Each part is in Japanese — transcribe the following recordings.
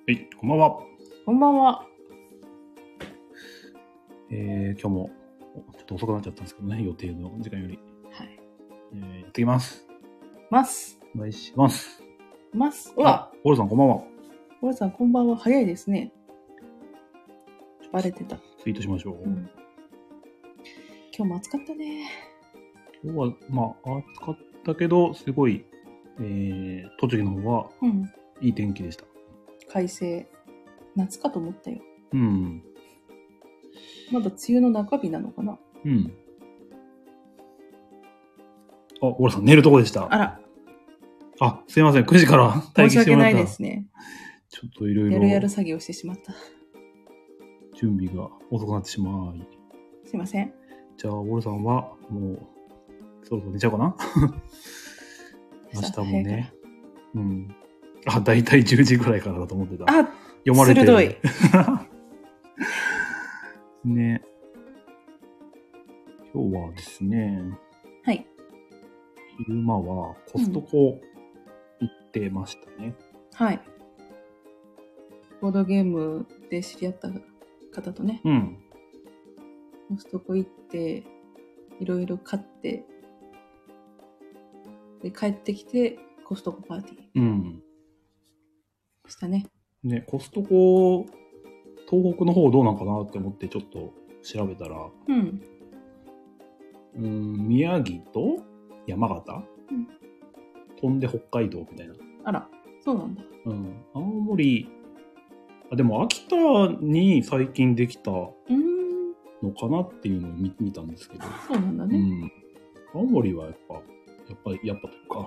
はい、こんばんは。 こんばんは。 今日もちょっと遅くなっちゃったんですけどね、予定の時間より。 はい。 やってきます。お願いします。 うわ、 オルさんこんばんは。 オルさんこんばんは。早いですね。バレてた。 ツイートしましょう。 今日も暑かったね。 今日は、まあ、暑かったけど、すごい、栃木の方は、いい天気でした。 快晴。夏かと思ったよ。 うん。 まだ梅雨の中日なのかな。 うん。あ、オルさん寝るとこでした。 あら。 あ、すいません。9時から待機してもらった。申し訳ないですね。 ちょっといろいろ。 やる作業してしまった。 準備が遅くなってしまい。 すいません。 じゃあ、オルさんは、もう、そろそろ寝ちゃうかな明日もね。うん。あ、だいたい10時ぐらいからだと思ってた。 あ、 読まれてる。 鋭い。 ね。今日はですね。 はい。 昼間はコストコ行ってましたね。 はい。ボードゲームで知り合った方とね。 うん。 コストコ行って、いろいろ買って、で、帰ってきて、コストコパーティー。 うん。 したね。 ね、コストコ、東北の方どうなんかなって思ってちょっと調べたら、宮城と山形、飛んで北海道みたいな。 あら、そうなんだ。 青森、でも秋田に最近できたのかなっていうのを見たんですけど。 そうなんだね。 青森はやっぱというか、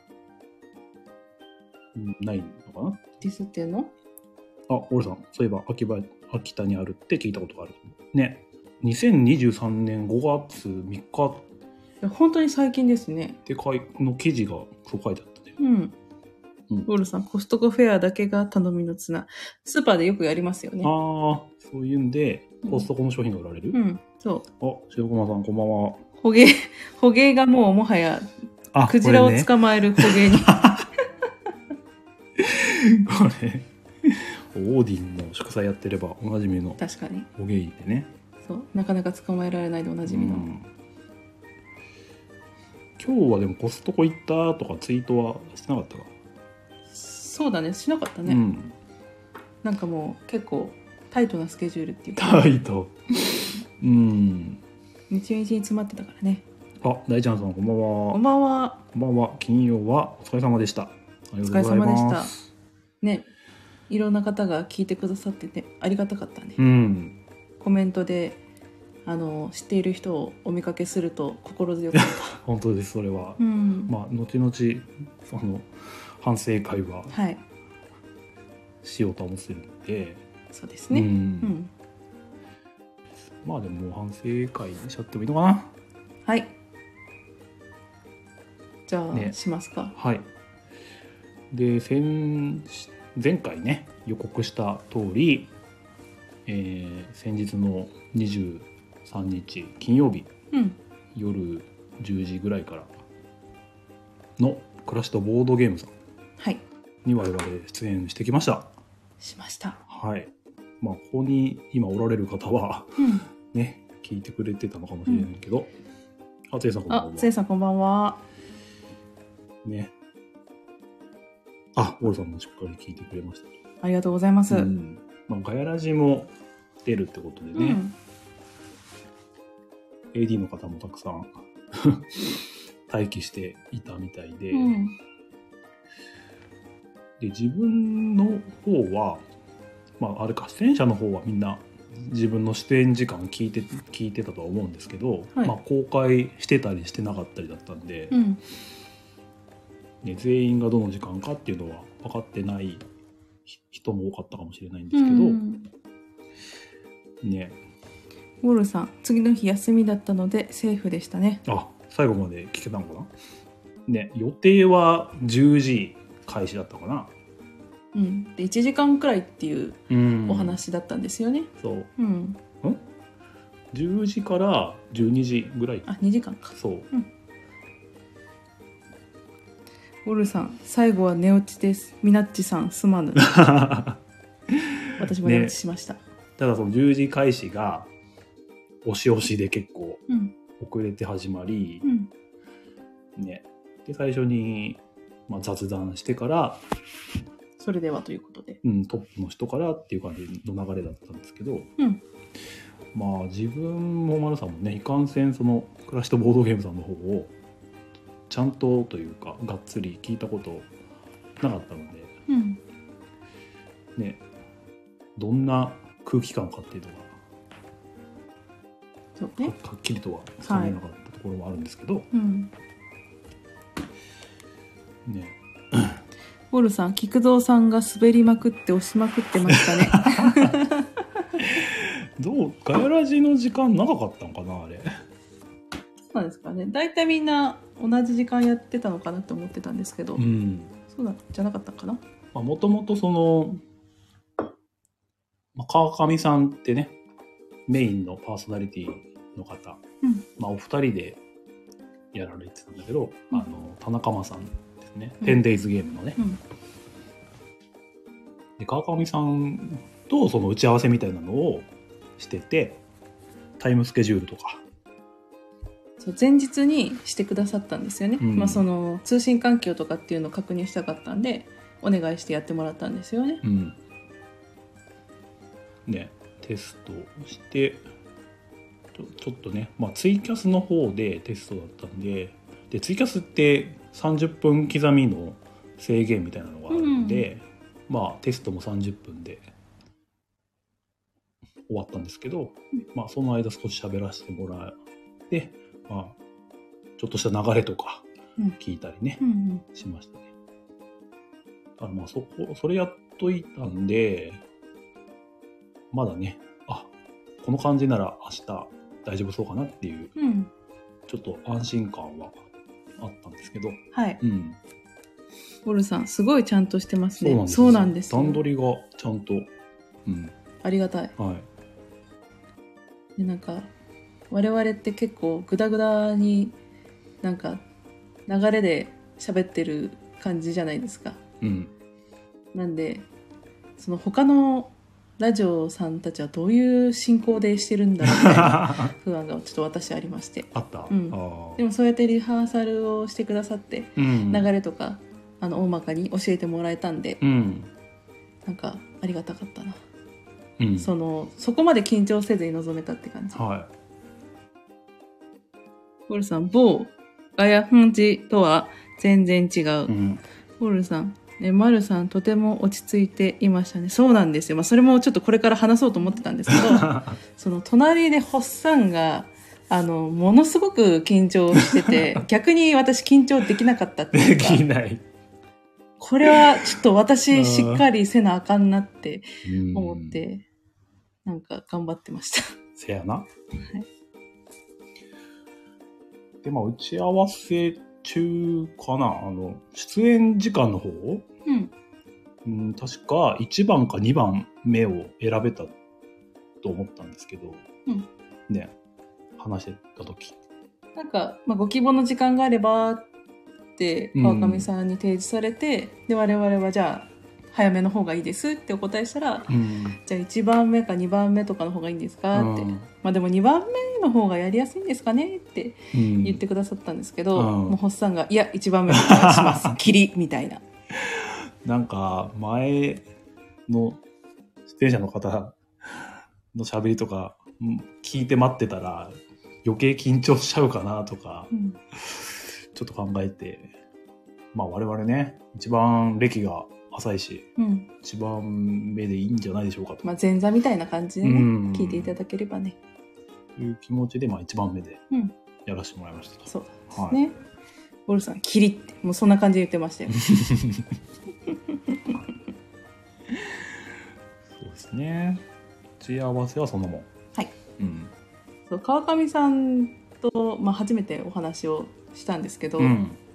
ないのかな。 ディスってんの？ あ、オルさん、そういえば秋田にあるって聞いたことがある。ね。2023年5月3日。いや、本当に最近ですね。 っての記事がそう書いてあったね。 オルさん、コストコフェアだけが頼みの綱。スーパーでよくやりますよね。 ああ、そういうんで、コストコの商品が売られる？ そう。 あ、白駒さんこんばんは。 捕鯨がもうはや、クジラを捕まえる捕鯨に。 これ、オーディンの祝祭やってればおなじみの。 確かに。 捕鯨でね。 そう、なかなか捕まえられないでおなじみの。 今日はでもコストコ行ったとかツイートはしてなかったか？ そうだね、しなかったね。なんかもう結構タイトなスケジュールっていうか。 タイト。 日々に詰まってたからね。 あ、大ちゃんさんこんばんは。 こんばんは。 こんばんは。金曜はお疲れ様でした。 お疲れ様でした。ね、いろんな方が聞いてくださっててありがたかったね。コメントで知っている人をお見かけすると心強かった。 本当です、それは。まあ後々反省会はしようと思ってるので、 そうですね。 まあでも反省会しちゃってもいいのかな。 はい。じゃあ、しますか。 はい。で前回ね予告した通り、先日の23日金曜日、夜10時ぐらいからの暮らしとボードゲームさんに我々出演してきました。 しました。 はい。まあここに今おられる方は、ね聞いてくれてたのかもしれないけど、あ、つえさんこんばんは。 つえさんこんばんは。 ね。あ、オールさんもしっかり聞いてくれました。 ありがとうございます。 まあガヤラジも出るってことでね。AD の方もたくさん待機していたみたいで、で自分の方はまああれか出演者の方はみんな自分の出演時間聞いてたとは思うんですけど、まあ公開してたりしてなかったりだったんで、全員がどの時間かっていうのは分かってない人も多かったかもしれないんですけど、ね。 ウォルさん、次の日休みだったのでセーフでしたね。 あ、最後まで聞けたのかな。ね、予定は10時開始だったかな。 で1時間くらいっていうお話だったんですよね。 そう。10時から12時ぐらい。 あ、2時間か。 そう。 ウォルさん、最後は寝落ちです。ミナッチさん、すまぬ。 私も寝落ちしました、 ただその10時開始が押し押しで結構うん遅れて始まり、 うん、 ね、で最初に、雑談してからそれではということで、 トップの人からっていう感じの流れだったんですけど、自分も丸さんもね、いかんせんそのクラッシュとボードゲームさんの方をちゃんとというかがっつり聞いたことなかったので、ね、どんな空気感かっていうのがそうね、 はっきりとはつかめなかったところもあるんですけど、ね、 ウォルさん、菊蔵さんが滑りまくって押しまくってましたね。 ガヤラジの時間長かったんかな、あれ。 そうなんですかね。だいたいみんな同じ時間やってたのかなって思ってたんですけど、そうなんじゃなかったかな。 もともとその、川上さんってね、メインのパーソナリティの方、お二人でやられてたんだけど、田中間さんですね、10days ゲームのね、で川上さんとその打ち合わせみたいなのをしてて、タイムスケジュールとかそう前日にしてくださったんですよね、その通信環境とかっていうのを確認したかったんでお願いしてやってもらったんですよね、 ね、テストしてちょっとね、ツイキャスの方でテストだったんで、ツイキャスって30分刻みの制限みたいなのがあるんで、テストも30分で終わったんですけど、その間少し喋らせてもらって、ちょっとした流れとか聞いたりね、しましたね。だからそれやっといたんで、まだね、この感じなら明日大丈夫そうかなっていう、ちょっと安心感はあったんですけど、 はい、ウォルさんすごいちゃんとしてますね。そうなんですよ。 段取りがちゃんと、 ありがたい。でなんか我々って結構グダグダになんか流れで喋ってる感じじゃないですか、なんでその他のラジオさんたちはどういう進行でしてるんだろうみたいな不安がちょっと私ありましてあった、 でもそうやってリハーサルをしてくださって、流れとか大まかに教えてもらえたんで、なんかありがたかったな、そこまで緊張せずに臨めたって感じ。ウォルさん、某ガヤフンチとは全然違う。ウォルさん、マルさんとても落ち着いていましたね。そうなんですよ。それもちょっとこれから話そうと思ってたんですけど、その隣でホッサンがものすごく緊張してて、逆に私緊張できなかったっていうか。 できない。 これはちょっと私しっかりせなあかんなって思って、なんか頑張ってました。 せやな。で、打ち合わせ中かな、出演時間の方、確か1番か2番目を選べたと思ったんですけど、ね、話してた時。なんか、 ご希望の時間があればって川上さんに提示されて、で我々はじゃあ早めの方がいいですってお答えしたら、じゃあ1番目か2番目とかの方がいいんですかって、でも2番目の方がやりやすいんですかねって言ってくださったんですけど、もうホッサンがいや1番目お願いしますキリみたいな。 なんか前の出演者の方の喋りとか聞いて待ってたら余計緊張しちゃうかなとか、ちょっと考えて、我々ね一番歴が浅いし、一番目でいいんじゃないでしょうかと、 前座みたいな感じでね、聞いていただければねという気持ちで一番目でやらせてもらいました。 そうですね、ウォルさんキリってもうそんな感じで言ってましたよ。 そうですね。打ち合わせはそのもん。 そう川上さんと、初めてお話をしたんですけど、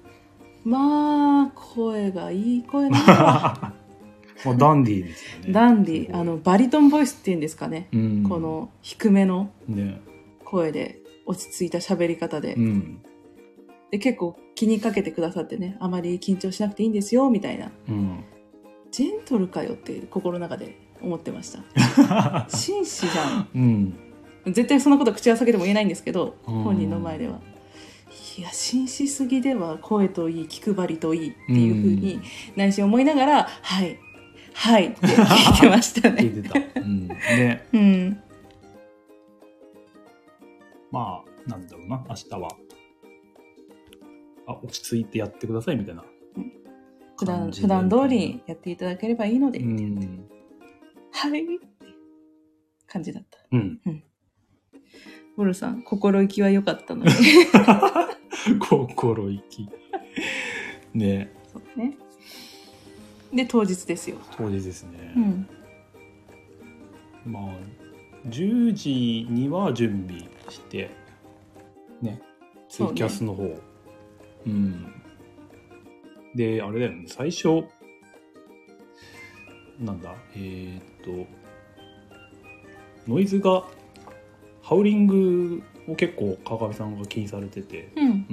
声がいい声なんだ。 ダンディーですよね。 ダンディー、バリトンボイスっていうんですかね、この低めの声で落ち着いた喋り方で、で結構気にかけてくださってね、あまり緊張しなくていいんですよみたいな、ジェントルかよって心の中で思ってました紳士じゃん、絶対そんなこと口は裂けても言えないんですけど、本人の前では、いや紳士すぎでは声といい気配りといいっていうふうに内心思いながら、はいはいって聞いてましたね聞いてた、ね、まあなんだろうな、明日は落ち着いてやってくださいみたいな、 普段通りやっていただければいいので、はいって感じだった。ボルさん、心意気は良かったので心意気ね。 そうね。で当日ですよ。 当日ですね。まあ10時には準備してね、ツイキャスの方、であれだよね、最初なんだノイズがハウリングを結構川上さんが気にされてて、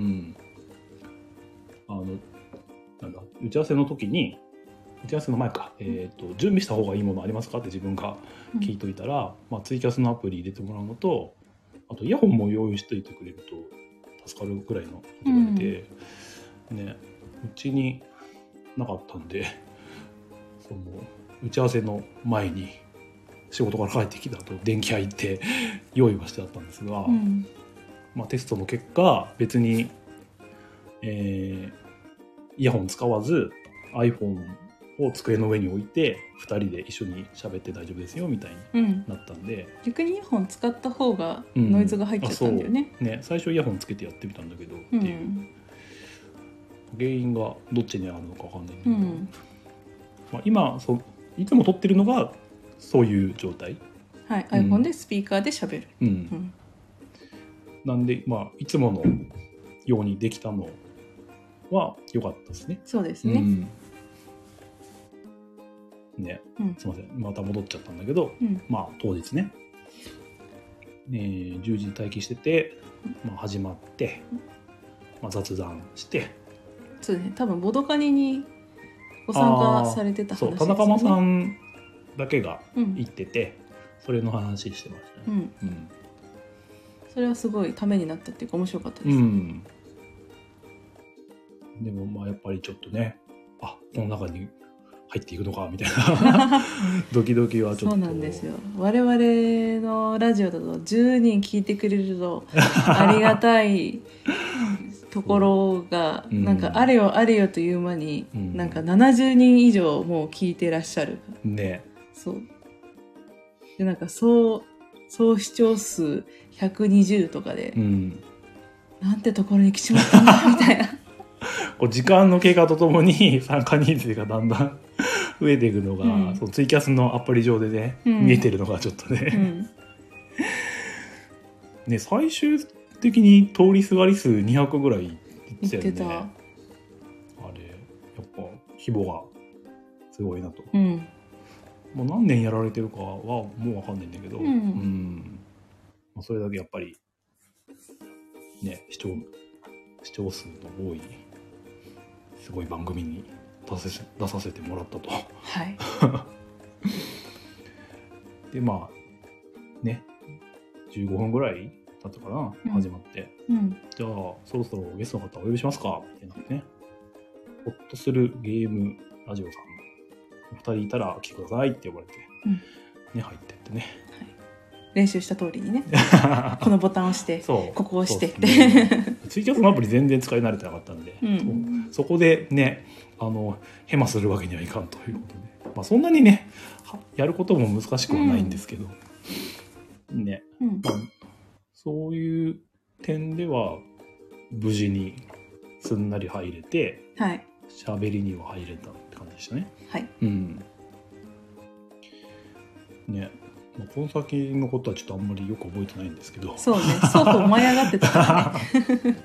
なんだ、打ち合わせの時に、打ち合わせの前か、準備した方がいいものありますかって自分が聞いといたら、ツイキャスのアプリ入れてもらうのと、あとイヤホンも用意しといてくれると助かるくらいのこと言われて、ね、うちになかったんで、その打ち合わせの前に仕事から帰ってきた後電気屋行って用意はしてあったんですが、テストの結果別に、イヤホン使わず iPhone を机の上に置いて2人で一緒に喋って大丈夫ですよみたいになったんで、 逆にイヤホン使った方がノイズが入っちゃったんだよね。 最初イヤホンつけてやってみたんだけど、っていう原因がどっちにあるのか分かんないんだけど、今いつも撮ってるのがそういう状態、 iPhone でスピーカーで喋る、 なんでいつものようにできたのは良かったですね。 そうですね、 すいません、また戻っちゃったんだけど、当日ね、10時に待機してて、始まって、雑談して、 そうですね、多分ボドカニにご参加されてた話ですよね。 そう、田中間さんだけが行ってて、それの話してましたね。 それはすごいためになったっていうか面白かったです。 でもやっぱりちょっとね、この中に入っていくのかみたいなドキドキはちょっと。そうなんですよ。 我々のラジオだと10人聞いてくれるとありがたいところがなんかあれよあれよという間になんか70人以上もう聞いてらっしゃるね。 そうで、なんか総視聴数120とかで、なんてところに来ちまったんだみたいな時間の経過とともに参加人数がだんだん増えていくのが、そのツイキャスのアプリ上でね、見えてるのがちょっとね、ね、最終的に通りすがり数200ぐらいいってたよね。あれやっぱ規模がすごいなと、もう何年やられてるかはもう分かんないんだけど、それだけやっぱりね、視聴数の多いすごい番組に出させてもらったと。でね、15分ぐらい経ったかな、始まって、じゃあそろそろゲストの方お呼びしますかってなってね、ホッとするゲームラジオさんお二人いたら来てくださいって呼ばれて、入ってってね、 練習した通りにねこのボタンを押してここを押してって、 ツイキャスのアプリ全然使い慣れてなかったんで、そこでねヘマするわけにはいかんということで、そんなにねやることも難しくはないんですけど、ね、そういう点では無事にすんなり入れて、喋りには入れたって感じでしたね。ね、この先のことはちょっとあんまりよく覚えてないんですけど、 そうね、そうと舞い上がってたからね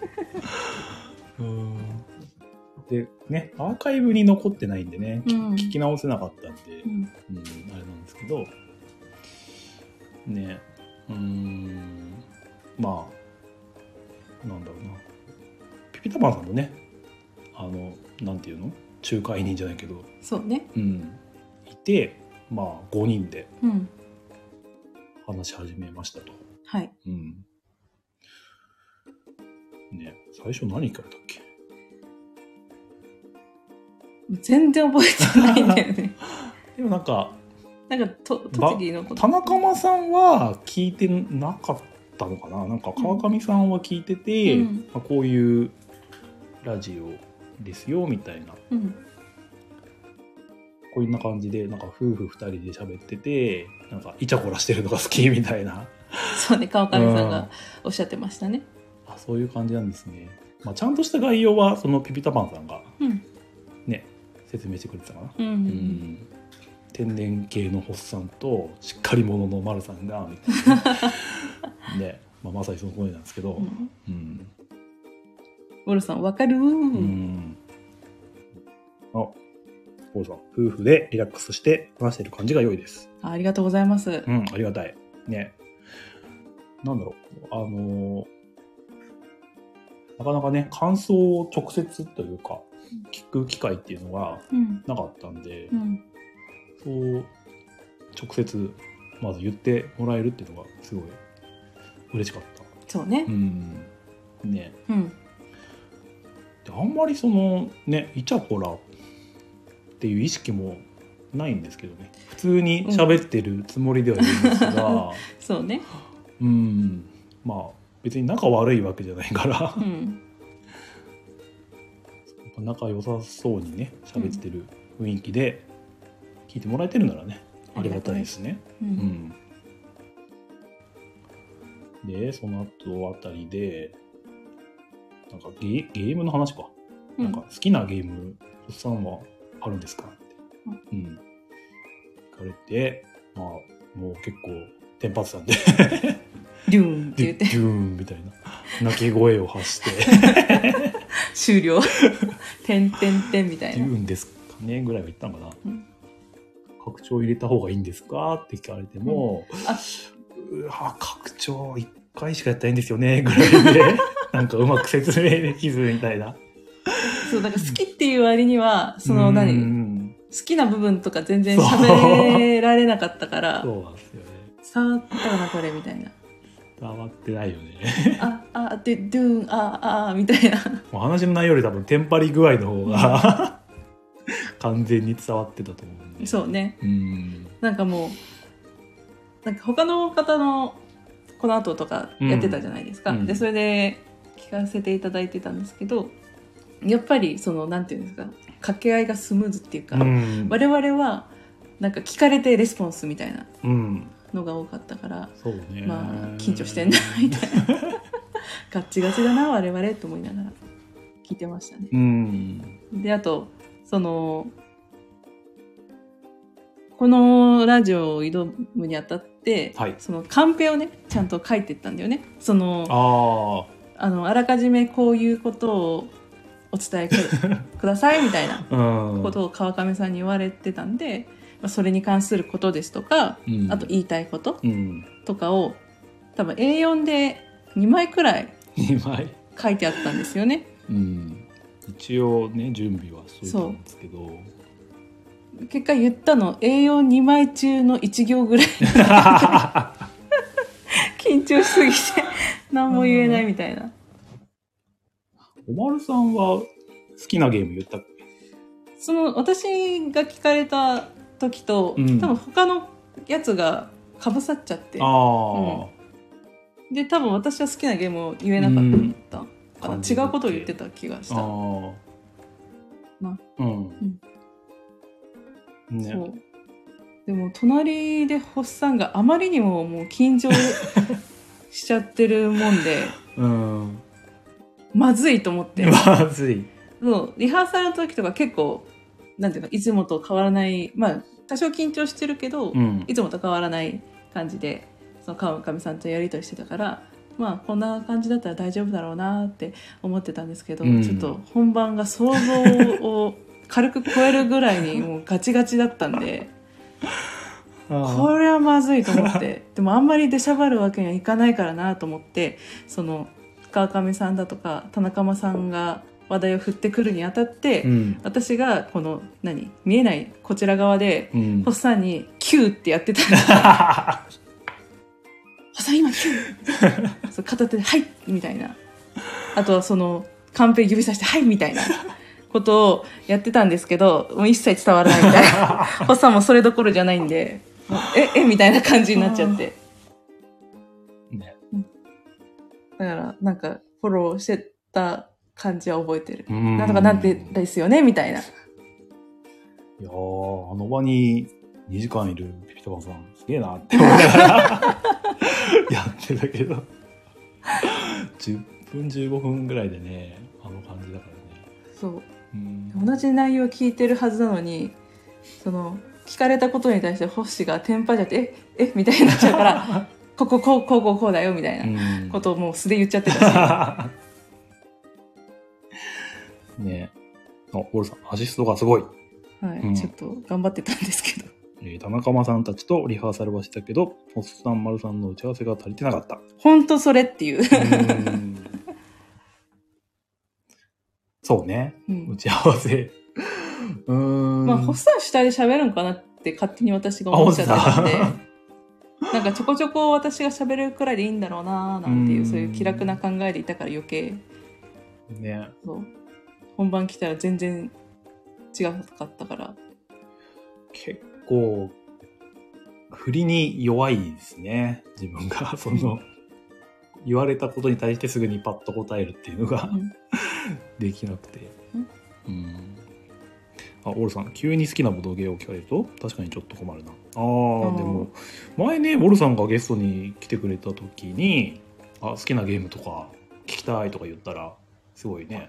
でね、アーカイブに残ってないんでね、聞き直せなかったんで、あれなんですけどね、なんだろうな、ピピタパンさんもね、なんていうの、仲介人じゃないけど、 そうね、 いて、 まあ5人でうん話し始めましたと。 はい。 ね、最初何聞かれたっけ？ 全然覚えてないんだよね。 でもなんか栃木のこと。 田中間さんは聞いてなかったのかな。なんか川上さんは聞いてて、まあ、こういうラジオですよみたいな、こんな感じでなんか夫婦2人で喋ってて、なんかイチャコラしてるのが好きみたいな。 そうね、川上さんがおっしゃってましたね。 あ、そういう感じなんですね。まあ、ちゃんとした概要はそのピピタパンさんがね、説明してくれてたかな。天然系のホッサンとしっかり者の丸さんがみたいなね、まあ、まさにその声なんですけど、 モルさんわかるモルさん夫婦でリラックスして話している感じが良いです。 ありがとうございます。 ありがたいね。なんだろう、なかなかね感想を直接というか聞く機会っていうのがなかったんで、そう直接まず言ってもらえるっていうのがすごい嬉しかった。 そうね。 ね。であんまりそのねイチャコラっていう意識もないんですけどね。普通に喋ってるつもりではいるんですが、 そうね。 まあ別に仲悪いわけじゃないから、仲良さそうにね喋ってる雰囲気で聞いてもらえてるならね、ありがたいですね。でその後あたりでなんかゲームの話か、なんか好きなゲームおっさんはあるんですかって、聞かれて、まあもう結構テンパってたんでデューンって言ってデューンみたいな鳴き声を発して終了てんてんてんみたいな。 デューンですかねぐらいは言ったのかな。拡張入れた方がいいんですかって聞かれても、拡張1回しかやったらいいんですよねぐらいでなんかうまく説明できずみたいな。 そうだから好きっていう割にはその好きな部分とか全然喋られなかったから。 そうなんですよね。 触ったかなこれみたいな。 触ってないよねでドゥーンみたいな。 もう話の内容より多分テンパり具合の方が完全に伝わってたと思うんで。 そうね。なんかもうなんか他の方のこの後とかやってたじゃないですか。でそれで聞かせていただいてたんですけど、やっぱりそのなんていうんですか、掛け合いがスムーズっていうか、我々はなんか聞かれてレスポンスみたいなのが多かったから、 そうね、 まあ緊張してんなみたいなガッチガチだな我々と思いながら聞いてましたね。であとそのこのラジオを挑むにあたって、そのカンペをねちゃんと書いてったんだよね。そのあらかじめこういうことをお伝えくださいみたいなことを川上さんに言われてたんで、それに関することですとか、あと言いたいこととかを多分 A4 で2枚くらい書いてあったんですよね。 一応ね準備はしといたんですけど、 結果言ったの A42 枚中の1行ぐらい緊張しすぎて何も言えないみたいな。 おまるさんは好きなゲーム言ったっけ？ その私が聞かれた時と、多分他のやつがかぶさっちゃって、で多分私は好きなゲームを言えなかったかな、違うことを言ってた気がした。ね、そうでも隣でホッサンがあまりにももう緊張しちゃってるもんで、まずいと思って。 まずい。 そうリハーサルの時とか結構なんていうかいつもと変わらない、まあ多少緊張してるけど、いつもと変わらない感じでその川上さんとやり取りしてたから、まあこんな感じだったら大丈夫だろうなって思ってたんですけど、ちょっと本番が想像を軽く超えるぐらいにもうガチガチだったんでこれはまずいと思ってでもあんまり出しゃばるわけにはいかないからなと思って、その川上さんだとか田中間さんが話題を振ってくるにあたって、 うん、 私がこの見えないこちら側で、 うん、 ホッサンにキューってやってたんですホッサン今キューそう片手ではいみたいな、あとはそのカンペ指さしてはいみたいなことをやってたんですけど、もう一切伝わらないみたいなホッサンもそれどころじゃないんで、みたいな感じになっちゃって、ね、だからなんかフォローしてた感じは覚えてる。なんとかなんてですよねみたいな。いやー、あの場に2時間いるピピタパンさんすげえなって思いながらやってたけど10分15分ぐらいでね、あの感じだからね。 そう、同じ内容聞いてるはずなのに、その聞かれたことに対してホッシーがテンパっちゃってみたいになっちゃうからこうだよみたいなことをもう素で言っちゃってたしねえ、ウォルさんアシストがすごい。 はい、ちょっと頑張ってたんですけど、 田中間さんたちとリハーサルはしたけど、ホッサン丸さんの打ち合わせが足りてなかった。 本当それっていうそうね、打ち合わせまあホッサン主体で喋るんかなって勝手に私が思っちゃってたんでなんかちょこちょこ私が喋るくらいでいいんだろうななんていう、そういう気楽な考えでいたから余計ね、 そう本番来たら全然違かったから、 結構振りに弱いですね、自分がその言われたことに対してすぐにパッと答えるっていうのができなくて、あ、オールさん急に好きなボドゲを聞かれると確かにちょっと困るな。でも前ね、ウォルさんがゲストに来てくれた時に好きなゲームとか聞きたいとか言ったらすごいね、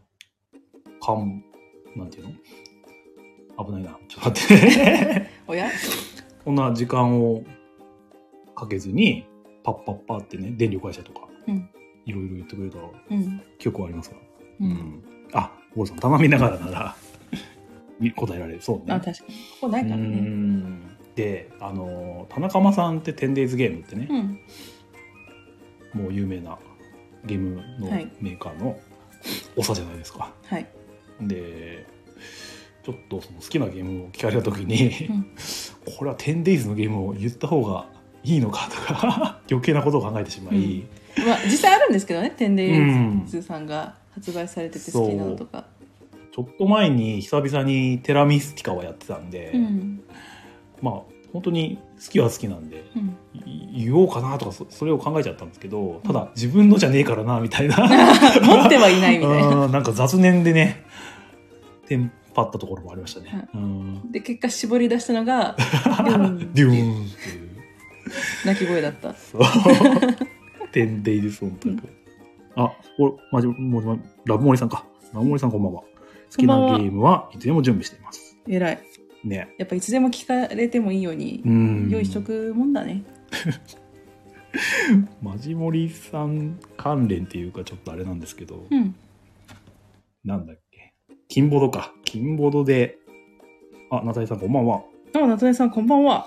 なんていうの、危ないな、ちょっと待っておやこんな時間をかけずにパッパッパってね、電力会社とかいろいろ言ってくれた記憶はありますが、あ、ウォルさん棚見ながらなら答えられる。そうね。 確かにここないからね。 で、田中間さんって 10days ゲームってね、もう有名なゲームのメーカーの長じゃないですか。 はい。 で、ちょっとその好きなゲームを聞かれた時に、これは 10days のゲームを言った方がいいのかとか余計なことを考えてしまい、 まあ実際あるんですけどね、10days さんが発売されてて好きなのとか。 ちょっと前に久々にテラミスティカをやってたんで、まあ本当に好きは好きなんで、言おうかなとかそれを考えちゃったんですけど、ただ自分のじゃねえからなみたいな持ってはいないみたいななんか雑念でねテンパったところもありましたね。 で結果絞り出したのがデューンっていう鳴き声だった。 そう10days 本当に。あ、これラブモリさんか。ラブモリさんこんばんは。好きなゲームはいつでも準備しています。 偉いね。やっぱいつでも聞かれてもいいように用意しとくもんだね。 マジモリさん関連っていうかちょっとあれなんですけど、なんだっけ、金ボドか。金ボドで、ナタリさんこんばんは。 ナタリさんこんばんは。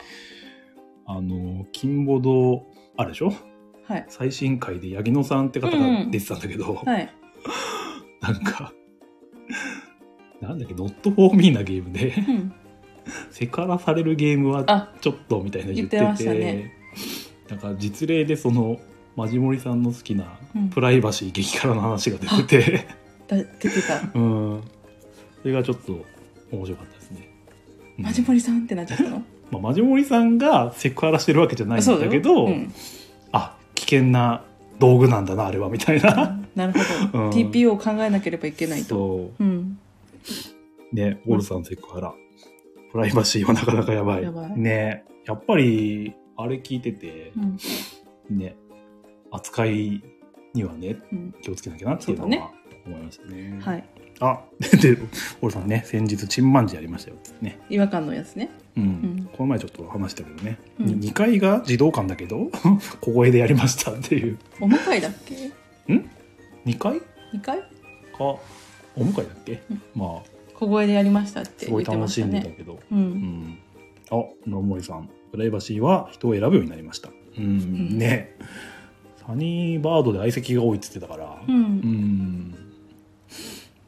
金ボドあるでしょ。 はい。 最新回で八木野さんって方が出てたんだけど、 はい。 なんかなんだっけ、ノットフォーミーなゲームで、セクハラされるゲームはちょっとみたいな言ってて、 ましたね。 なんか実例でそのマジモリさんの好きなプライバシー激辛の話が出てて、 出てた。 それがちょっと面白かったですね。 マジモリさんってなっちゃったの？ マジモリさんがセクハラしてるわけじゃないんだけど、危険な道具なんだなあれはみたいな。 なるほど。TPO を考えなければいけないと。 ね、ウォルさんセクハラ、プライバシーはなかなかやばい。ね、やっぱりあれ聞いてて、ね、扱いにはね、気をつけなきゃなっていうのは思いましたね。 はい。 で、ウォルさんね、先日チンマンジやりましたよね。 違和感のやつね。 この前ちょっと話したけどね、2階が児童館だけど小声でやりましたっていう。 お向かいだっけ ？2階 ？2階？ かお向かいだっけ？まあ小声でやりましたって言ってましたね。 すごい楽しんでたけど。野森さん、プライバシーは人を選ぶようになりました。ね、サニーバードで相席が多いって言ってたから、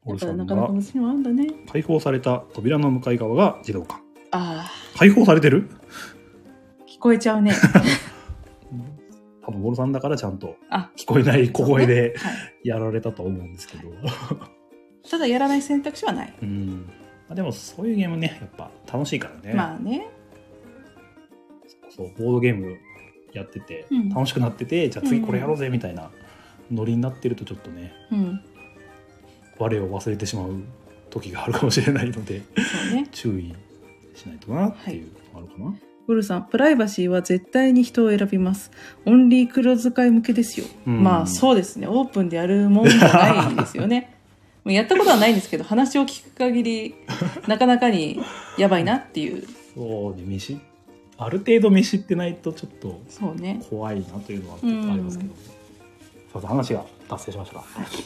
オルさんなかなかが難しいのあるんだね。 開放された扉の向かい側が児童館。 ああ、 開放されてる？ 聞こえちゃうね。 多分オルさんだからちゃんとあ、 聞こえない小声で、 ね、はい、 やられたと思うんですけど。 ただやらない選択肢はない。 でもそういうゲームね、やっぱ楽しいからね。 まあね。 そうボードゲームやってて、楽しくなってて、じゃあ次これやろうぜみたいなノリになってるとちょっとね、我を忘れてしまう時があるかもしれないので、 そうね、 注意しないとなっていうのがあるかな。 ブルさん、プライバシーは絶対に人を選びます。オンリークローズ使い向けですよ。まあそうですね。オープンでやるもんじゃないんですよね。やったことはないんですけど、話を聞く限りなかなかにやばいなっていう。 そうね、ある程度見知ってないとちょっと怖いなというのはちょっとありますけど、話が達成しましたか。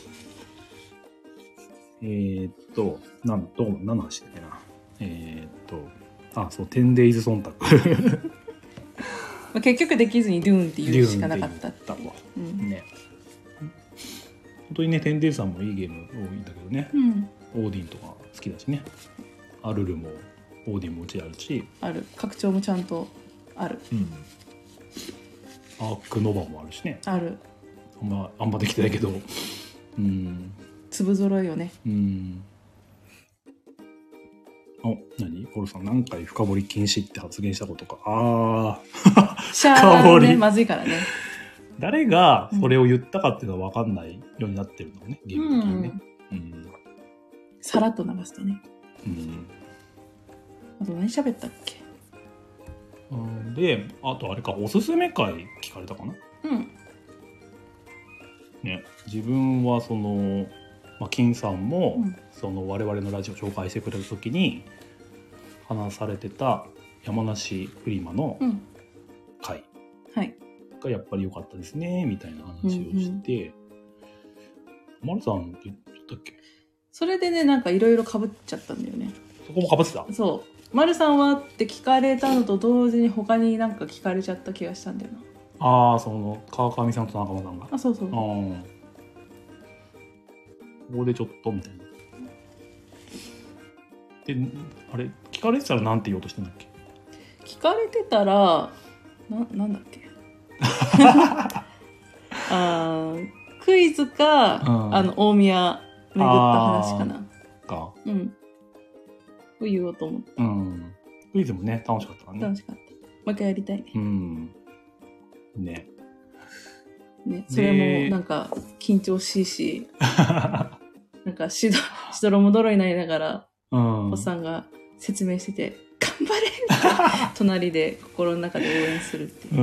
何の話だっけな。そう、10 days 忖度。 結局できずにドゥーンって言うしかなかったってね。本当にね、10 days さんもいいゲーム多いんだけどね、オーディンとか好きだしね。アルルもオーディンもうちあるし、 拡張もちゃんとある、 アークノバもあるしね。 あんまできてないけど、 粒揃いよね。 何コルさん、何回深掘り禁止って発言したことか。 深掘りまずいからね。 誰がそれを言ったかっていうのは分かんないようになってるのね、ゲーム的にね。 さらっと流してね。あと何喋ったっけ。 で、あとあれか、おすすめ会聞かれたかな。ね、自分はその、金さんも、その我々のラジオ紹介してくれた時に話されてた山梨フリマの会がやっぱり良かったですねみたいな話をして、丸さんって言ったっけ。 それでね、なんかいろいろ被っちゃったんだよね。 そこも被ってた。 そう、丸さんはって聞かれたのと同時に他になんか聞かれちゃった気がしたんだよな。 その川上さんと中間さんが。 そうそう。 ここでちょっとみたいな。で、あれ聞かれてたらなんて言おうとしてんだっけ。 聞かれてたらなんだっけ。クイズか、大宮巡った話かな。を言おうと思って。 クイズもね、楽しかったからね。 楽しかった。もう一回やりたいね。 ね、それもなんか緊張しなんかしどろもどろになりながら、おっさんが説明してて「頑張れ!」って隣で心の中で応援するっていう。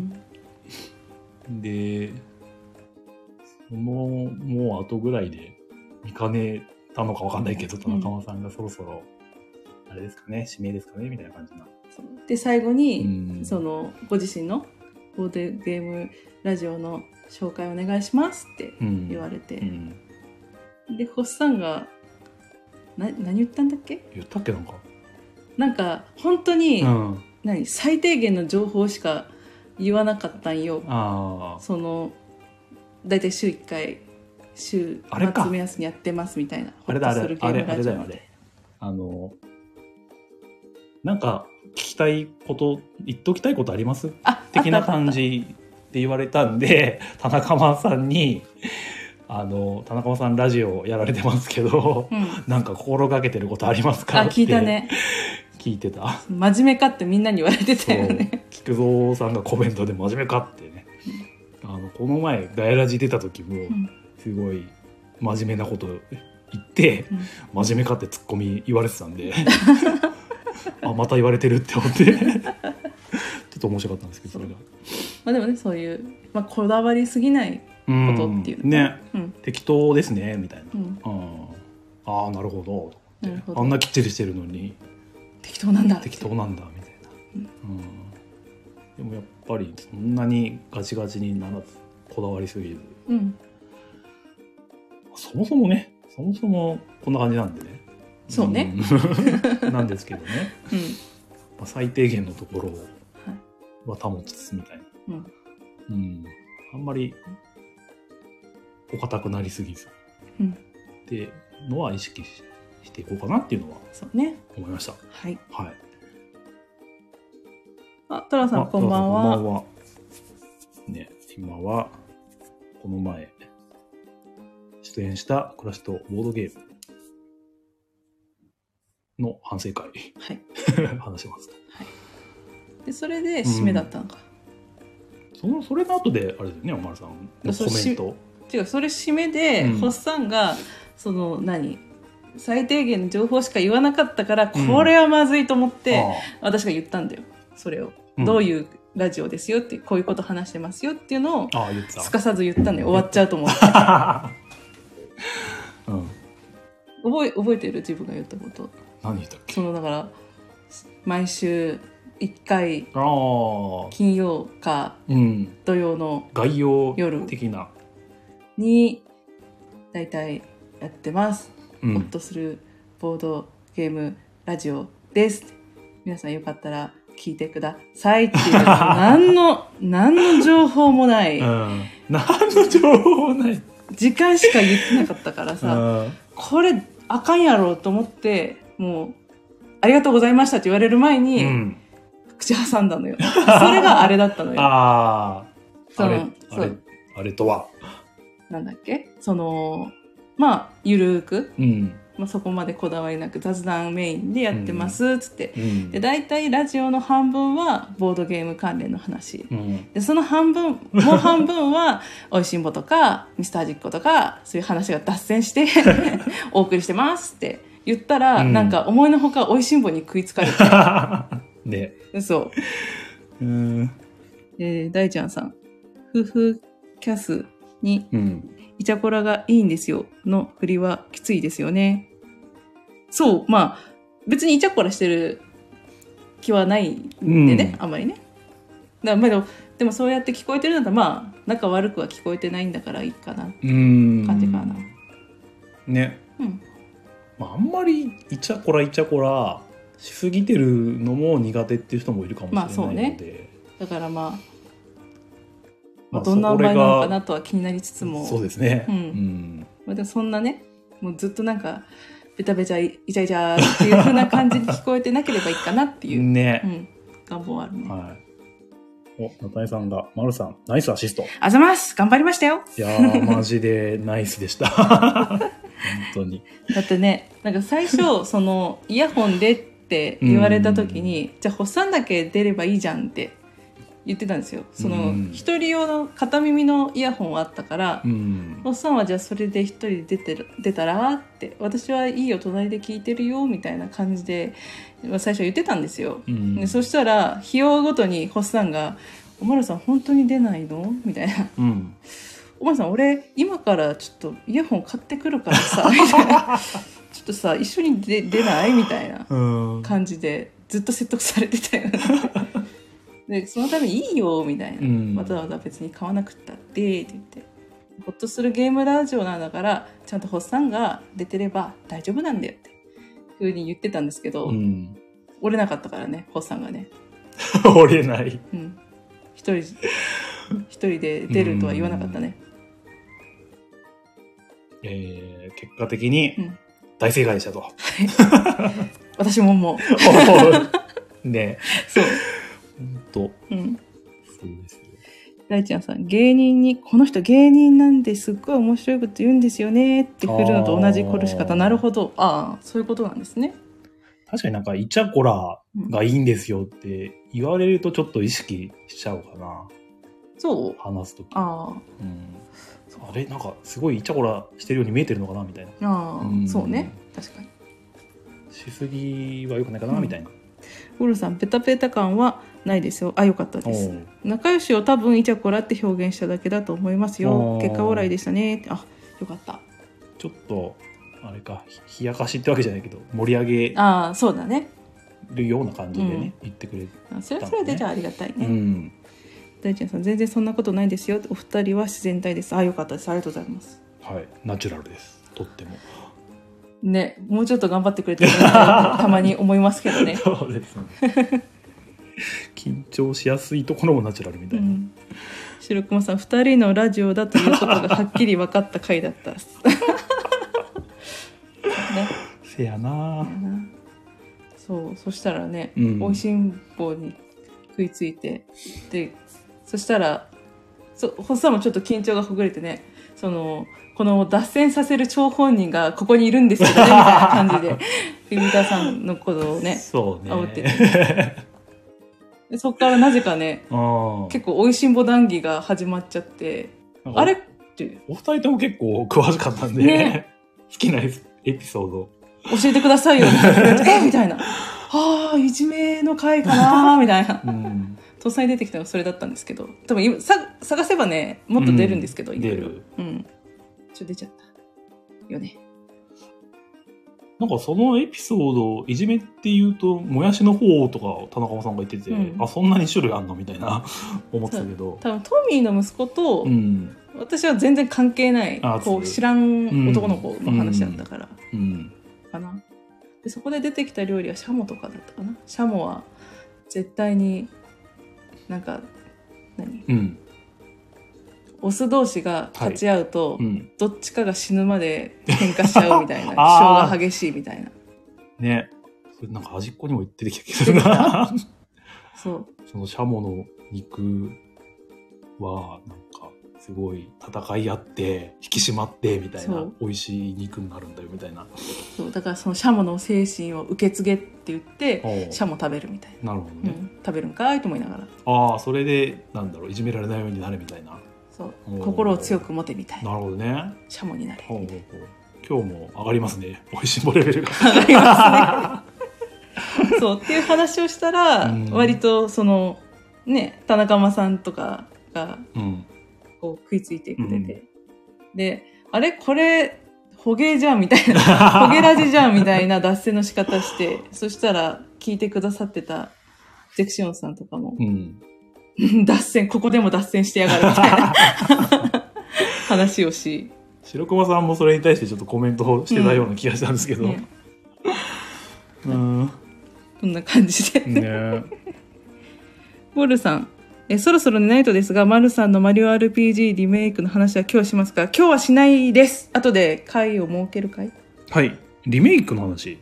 で、そのもう後ぐらいで見かねたのか分かんないけど、田中さんがそろそろあれですかね、指名ですかねみたいな感じな。 で最後に、そのご自身のボードゲームラジオの紹介お願いしますって言われて、でホッサンが何言ったんだっけ。 言ったっけ。 なんか本当に、最低限の情報しか言わなかったんよ。そのだいたい週1回週末目安にやってますみたいな。 あれだなんか聞きたいこと言っときたいことあります的な感じで言われたんで、田中さんに田中さんラジオやられてますけど、なんか心がけてることありますかって聞いたね。 聞いてた。 真面目かってみんなに言われてたよね。 菊蔵さんがコメントで真面目かってね、この前ガヤラジ出た時もすごい真面目なこと言って、真面目かってツッコミ言われてたんでまた言われてるって思ってちょっと面白かったんですけど、それがでもね、そういう、こだわりすぎないことっていうね、適当ですねみたいな、なるほどと思って、あんなきっちりしてるのに適当なんだみたいな、でもやっぱりそんなにガチガチにならず、こだわりすぎず、そもそもこんな感じなんでね。 そうね。 なんですけどね。最低限のところは保ちつつみたいな。あんまりお堅くなりすぎず。で、 のは意識していこうかなっていうのはそうね思いました。 はい、 はい、 あ、トラさんこんばんは。 こんばんは。ね、今はこの前出演した暮らしとボードゲームの反省会、 はい、 話します。 はい。でそれで締めだったのか。 それの後であれですよね、おまるさんのコメント。 違う、それ締めで、ホッサンがその最低限の情報しか言わなかったから、これはまずいと思って、私が言ったんだよ。それを、どういうラジオですよって、こういうこと話してますよっていうのをすかさず言ったんだよ。終わっちゃうと思って。覚えてる？自分が言ったこと。 何言ったっけ？ だから毎週1回金曜か土曜の概要的なにだいたいやってます。ホッとするボードゲームラジオです。皆さんよかったら聞いてくださいっていう何の情報もない、 何の情報もない時間しか言ってなかったからさ、これあかんやろうと思って、もうありがとうございましたって言われる前に、口挟んだのよ。それがあれだったのよ。 あれとはなんだっけ、まあゆるーく、まあ、そこまでこだわりなく雑談メインでやってますつって、でだいたいラジオの半分はボードゲーム関連の話、でそのもう半分はおいしんぼとかミスタージッコとかそういう話が脱線してお送りしてますって言ったら、なんか思いのほかおいしんぼに食いつかれてね、 嘘。大ちゃんさん、夫婦キャスに、イチャコラがいいんですよの振りはきついですよね。そう、まあ別にイチャコラしてる気はないんでね、あんまりね。だからでもそうやって聞こえてるんだったら、まあ仲悪くは聞こえてないんだからいいかな感じかな。 ね。まあ、あんまりイチャコラしすぎてるのも苦手っていう人もいるかもしれないので、 まあそうね。だからまあどんな場合なのかなとは気になりつつも、 そうですね。 まあ、でもそんなね、もうずっとなんかベタベタイチャイチャっていう風な感じに聞こえてなければいいかなっていうね、 願望はあるね。 はい。お、ナタネさんが、マルさんナイスアシスト。 あざます。頑張りましたよ。 いやーマジでナイスでした。本当に。 だってね、なんか最初イヤホンでって言われた時に、じゃあホッサンだけ出ればいいじゃんって言ってたんですよ。一人用の片耳のイヤホンはあったから、ホッサンはじゃあそれで一人で出たらって、私はいいよ隣で聞いてるよみたいな感じで最初言ってたんですよ。でそしたら日をごとにホッサンが「おまるさん本当に出ないの?」みたいな。おまるさん俺今からちょっとイヤホン買ってくるからさみたいなちょっとさ一緒に出ないみたいな感じでずっと説得されてたよね。でそのためにいいよみたいな、わざわざ別に買わなくったって言って、ホッとするゲームラジオなんだからちゃんとホッサンが出てれば大丈夫なんだよってふうに言ってたんですけど、折れなかったからね、ホッサンがね。 折れない、 一人で出るとは言わなかったね。 結果的に大正解でしたと、 私も思う。ね、 そう本当、そうですよ。 大ちゃんさん、芸人にこの人芸人なんですっごい面白いこと言うんですよねって振るのと同じ殺し方。なるほど、そういうことなんですね。 確かになんかイチャコラがいいんですよって言われるとちょっと意識しちゃうかな。 そう話すとき。あれなんかすごいイチャコラしてるように見えてるのかなみたいな。 そうね、確かに。 しすぎは良くないかなみたいな。 ウルさん、ペタペタ感はないですよ。良かったです。仲良しを多分イチャコラって表現しただけだと思いますよ。結果オーライでしたね。よかった。 ちょっとあれか、冷やかしってわけじゃないけど盛り上げそうだねるような感じでね、言ってくれた、 それはそれでじゃあありがたいね。大ちゃんさん、全然そんなことないですよ。お二人は自然体です。よかったです。ありがとうございます。 はい、ナチュラルです。とってもね、もうちょっと頑張ってくれてるなたまに思いますけどね。 そうですね。緊張しやすいところもナチュラルみたいな。 白熊さん、2人のラジオだということがはっきり分かった回だった。 せやな。 そしたらね、おいしんぼに食いついて、でそしたらホッサンもちょっと緊張がほぐれてね、この脱線させる張本人がここにいるんですけどねみたいな感じでビビタさんのことをね煽ってて、でそっからなぜかね結構おいしんぼ談義が始まっちゃって、あれってお二人とも結構詳しかったんで、ね、好きなエピソード教えてくださいよみたいなはあいじめの回かなみたいな、とっさに出てきたのがそれだったんですけど、多分今探せばねもっと出るんですけど、 出る、 出ちゃったよね。 なんかそのエピソード、いじめっていうともやしの方とか田中さんが言ってて、あそんなに種類あんのみたいな思ってたけど、 多分トミーの息子と、私は全然関係ないこう知らん男の子の話だったから、かな。でそこで出てきた料理はシャモとかだったかな。シャモは絶対になんかオス同士が勝ち合うと、どっちかが死ぬまで喧嘩しちゃうみたいな気性が激しいみたいなね。それなんか端っこにも出てきたけどなそのシャモの肉はなんかすごい戦い合って引き締まってみたいな、美味しい肉になるんだよみたいな。 そうだからそのシャモの精神を受け継げって言ってシャモ食べるみたいな。 なるほどね、 食べるんかいと思いながら、 それでなんだろう、いじめられないようになるみたいな。 そう心を強く持てみたいな。 なるほどね。 シャモになれ。 今日も上がりますね、おいしんぼレベルが上がりますねそうっていう話をしたら、割とそのね田中間さんとかがこう食いついてくれて、であれこれホゲじゃんみたいなホゲラジじゃんみたいな脱線の仕方して、そしたら聞いてくださってたゼクシオンさんとかも、脱線ここでも脱線してやがるみたいな話をし、 白熊さんもそれに対してちょっとコメントをしてたような気がしたんですけど、 こんな感じでねボルさん、そろそろ寝ないとですが、マルさんのマリオ RPG リメイクの話は今日しますか？今日はしないです。後で会を設ける会。 はい、リメイクの話、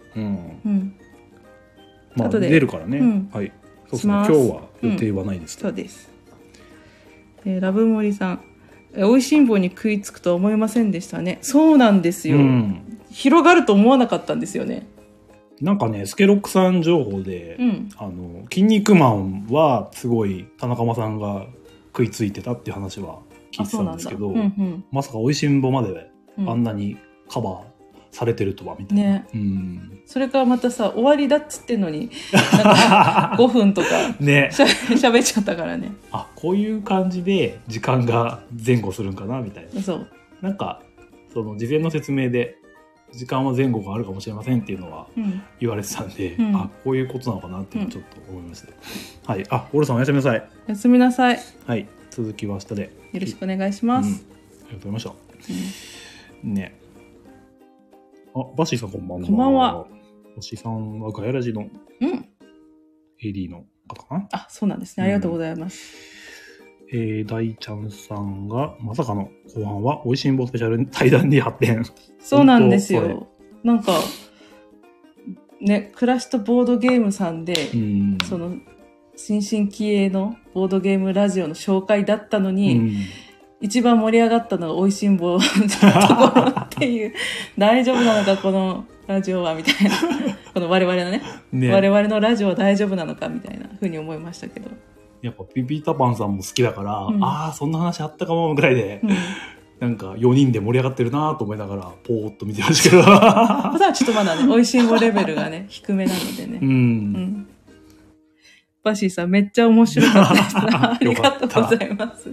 まあ出るからね、はい、そうですね、今日は予定はないです、 そうです。ラブモリさん、おいしんぼに食いつくとは思いませんでしたね。そうなんですよ、広がると思わなかったんですよね。 なんかね、スケロックさん情報で、筋肉マンはすごい田中間さんが食いついてたっていう話は聞いてたんですけど、まさかおいしんぼまであんなにカバーされてるとはみたいな、ね、 それからまたさ終わりだっつってんのになんか5分とかね喋っちゃったからね。 こういう感じで時間が前後するんかなみたいな。 そうなんかその事前の説明で時間は前後があるかもしれませんっていうのは言われてたんで、こういうことなのかなっていうのをちょっと思いました、はい。オルさんおやすみなさい。 おやすみなさい。 はい、続きは明日でよろしくお願いします、 ありがとうございました、ね。バッシーさんこんばんは。 こんばんは。 バッシーさんはガヤラジの AD の方かな。 そうなんですね、ありがとうございます。 大ちゃんさんがまさかの後半はおいしんぼスペシャル対談に発展。 そうなんですよ。なんかね、クラシとボードゲームさんで、その新進気鋭のボードゲームラジオの紹介だったのに、一番盛り上がったのがおいしんぼのところっていう大丈夫なのかこのラジオはみたいなこの我々の ね我々のラジオは大丈夫なのかみたいな風に思いましたけど、 やっぱピピタパンさんも好きだから、そんな話あったかもぐらいで、なんか4人で盛り上がってるなと思いながらポーっと見てましたけどちょっとまだねおいしんぼレベルがね低めなのでね、バシーさんめっちゃ面白かったですありがとうございます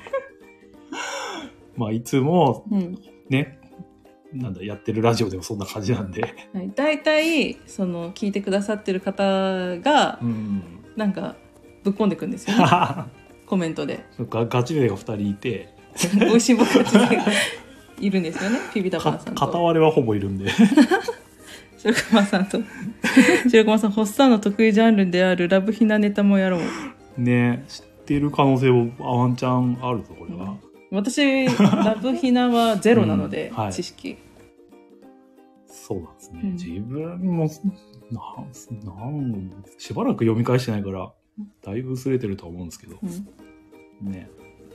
まあいつもね、なんだやってるラジオでもそんな感じなんで、 だいたいその聞いてくださってる方がなんかぶっ込んでくんですよねコメントで。 ガチ勢が2人いておいしい僕たちがいるんですよね。ピビタパンさんと片割れはほぼいるんで白熊さんと白熊さんホッサンの得意ジャンルであるラブヒナネタもやろうね。 知ってる可能性もワンチャンあるぞこれは、 私ラブヒナはゼロなので、知識そうなんですね。自分もしばらく読み返してないからだいぶ薄れてるとは思うんですけど、ね。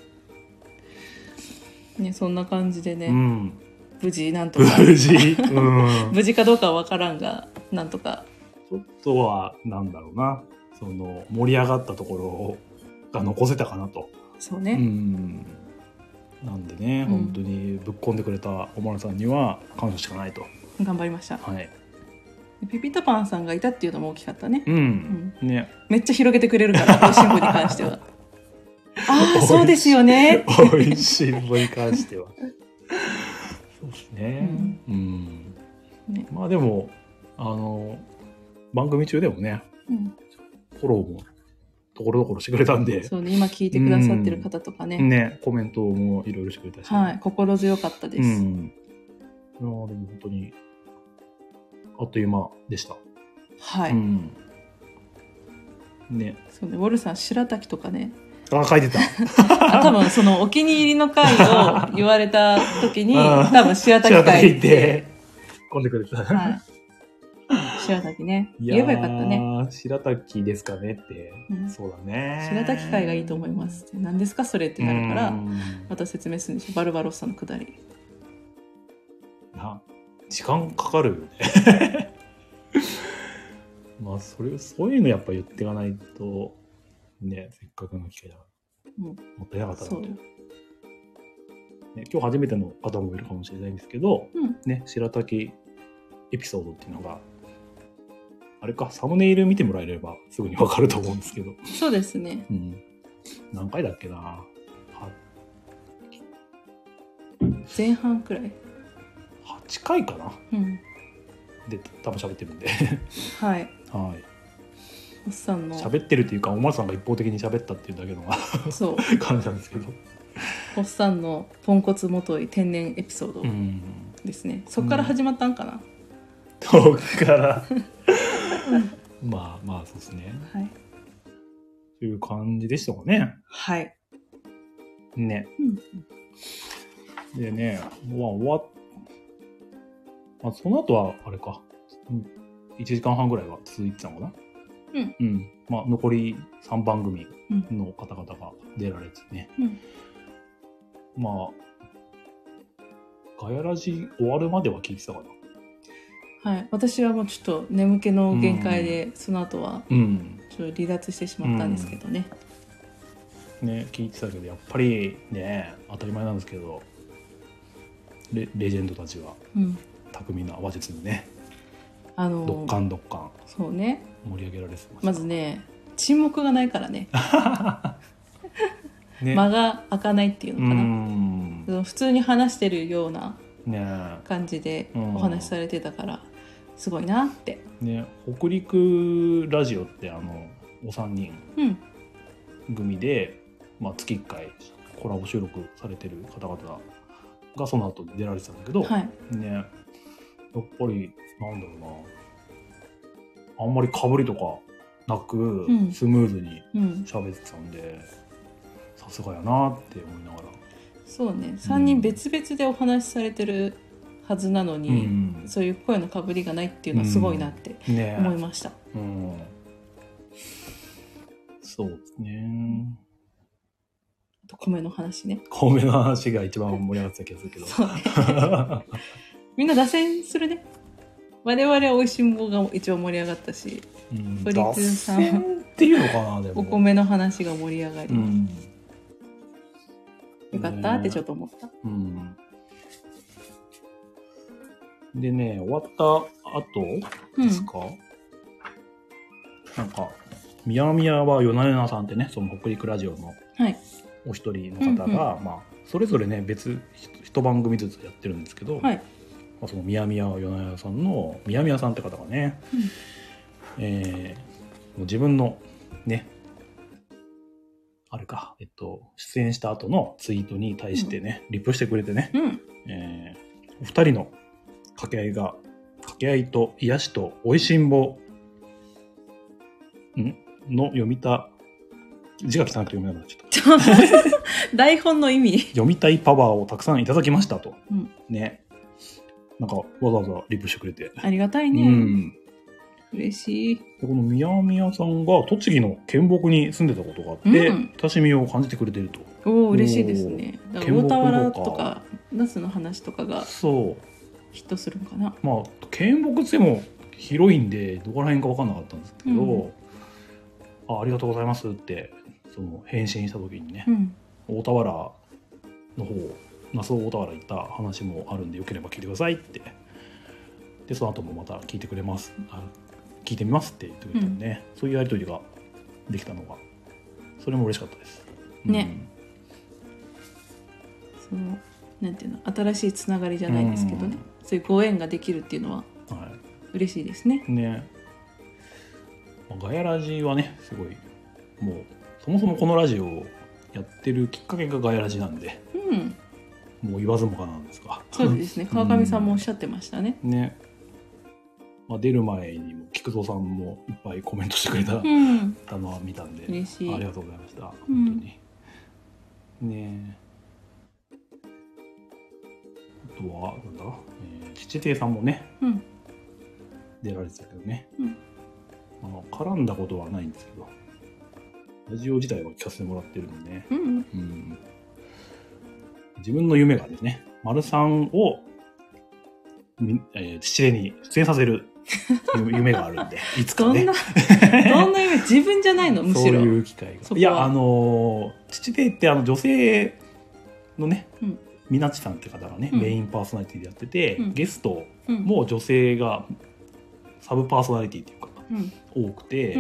ね、そんな感じでね、無事なんとか無事かどうかは分からんが、なんとかちょっとはなんだろうな、その盛り上がったところが残せたかなと。 そうね。 なんでね、本当にぶっ込んでくれたおまるさんには感謝しかないと。 頑張りました。 はい。 ピピタパンさんがいたっていうのも大きかったね。 ね。 めっちゃ広げてくれるから、美味しんぼに関しては。ああ、そうですよね。 美味しんぼに関しては。そうですね。ね、まあでも番組中でもね、フォローもところどころしてくれたんで、 そうね、今聞いてくださってる方とかね、 ね、コメントもいろいろしてくれたし、 はい、心強かったです。 いやでも本当にあっという間でした。 はい。 ね。 そうね、ウォルさん白滝とかね。 書いてた。 多分そのお気に入りの回を言われた時に多分白滝回って込んでくれた。 はい。白滝ね。言えばよかったね。 白滝ですかねって、そうだね。 白滝会がいいと思いますって。何ですかそれってなるから、また説明するんですよ。バルバロッサのくだり。 時間かかるよね。まあそういうのやっぱ言っていかないとね、せっかくの機会だからもったいなかったなと。ね、今日初めての方もいるかもしれないんですけど、ね、白滝エピソードっていうのがあれか、サムネイル見てもらえればすぐにわかると思うんですけど。 そうですね。 何回だっけな。 前半くらい。 8回かな。で多分喋ってるんで。 はい。 はい。 おっさんの喋ってるっていうか、おまるさんが一方的に喋ったっていうだけのそう感じなんですけど。 おっさんのポンコツもとい天然エピソードですね。そっから始まったんかな。 そっからまあそうですね。はい。という感じでしたかね。 はい。 ね。でね、その後はあれか、1時間半ぐらいは続いてたのかな。残り3番組の方々が出られてね。ガヤラジ終わるまでは聞いてたかな。はい。私はもうちょっと眠気の限界で、その後はちょっと離脱してしまったんですけどね。 ね、聞いてたけど、やっぱりね、当たり前なんですけど、レジェンドたちは巧みな話術にね、どっかんそうね、 盛り上げられてました。 まずね、沈黙がないからね。間が開かないっていうのかな。普通に話してるような感じでお話しされてたからすごいなって。 ね、北陸ラジオってお三人組で、月1回コラボ収録されてる方々がその後出られてたんだけど、ね、やっぱりなんだろうな、あんまり被りとかなく、スムーズに喋ってたんで、さすがやなって思いながら。 そうね、3人別々でお話しされてるはずなのに、そういう声の被りがないっていうのはすごいなって思いました。 そうですね。 米の話ね。 米の話が一番盛り上がってた気がするけど。そうね。 みんな脱線するね。我々は美味しんぼが一番盛り上がったし、 フリッツさんっていうのかな、でもお米の話が盛り上がり、よかったってちょっと思った。 でね、終わった後ですか、なんかみやみやはよなよなさんってね、その北陸ラジオのお一人の方が、それぞれね一番組ずつやってるんですけど、そのみやみやよなよなさんのみやみやさんって方がね、もう自分のねあれか、出演した後のツイートに対してね、リプしてくれてね、お二人の掛け合いと癒しとおいしんぼの読みた字が汚くて読めなくなっちゃった。 台本の意味。 読みたいパワーをたくさんいただきましたと。ね。 なんかわざわざリプしてくれて。 ありがたいね。嬉しい。 でこのみやみやさんが栃木の県北に住んでたことがあって、親しみを感じてくれてると。 おお、嬉しいですね。だから大田原とか那須の話とかがヒットするのかな。 まあ県北っても広いんでどこら辺か分かんなかったんですけど、ありがとうございますってその返信した時にね、大田原の方那須大田原行った話もあるんでよければ聞いてくださいって。でその後もまた聞いてくれます。聞いてみますって言ってくれたんで、そういうやり取りができたのがそれも嬉しかったですね。 そのなんていうの、新しいつながりじゃないですけどね、そういうご縁ができるっていうのは嬉しいですね。 ガヤラジはねすごいもうそもそもこのラジオをやってるきっかけがガヤラジなんで、もう言わずもがななんですが。 そうですね、川上さんもおっしゃってましたね。 出る前にも菊蔵さんもいっぱいコメントしてくれたのは見たんで、 嬉しい。 ありがとうございました、本当に。あとはなんだ、七亭さんもね、出られてたけどね、絡んだことはないんですけどラジオ自体は聞かせてもらってるんでね、自分の夢がですね、丸さんを七亭に出演させる夢があるんでいつかね。 どんな夢？自分じゃないの？むしろそういう機会が。いや七亭って女性のね、みなちさんって方がね、メインパーソナリティでやってて、ゲストも女性がサブパーソナリティっていうか、多くて、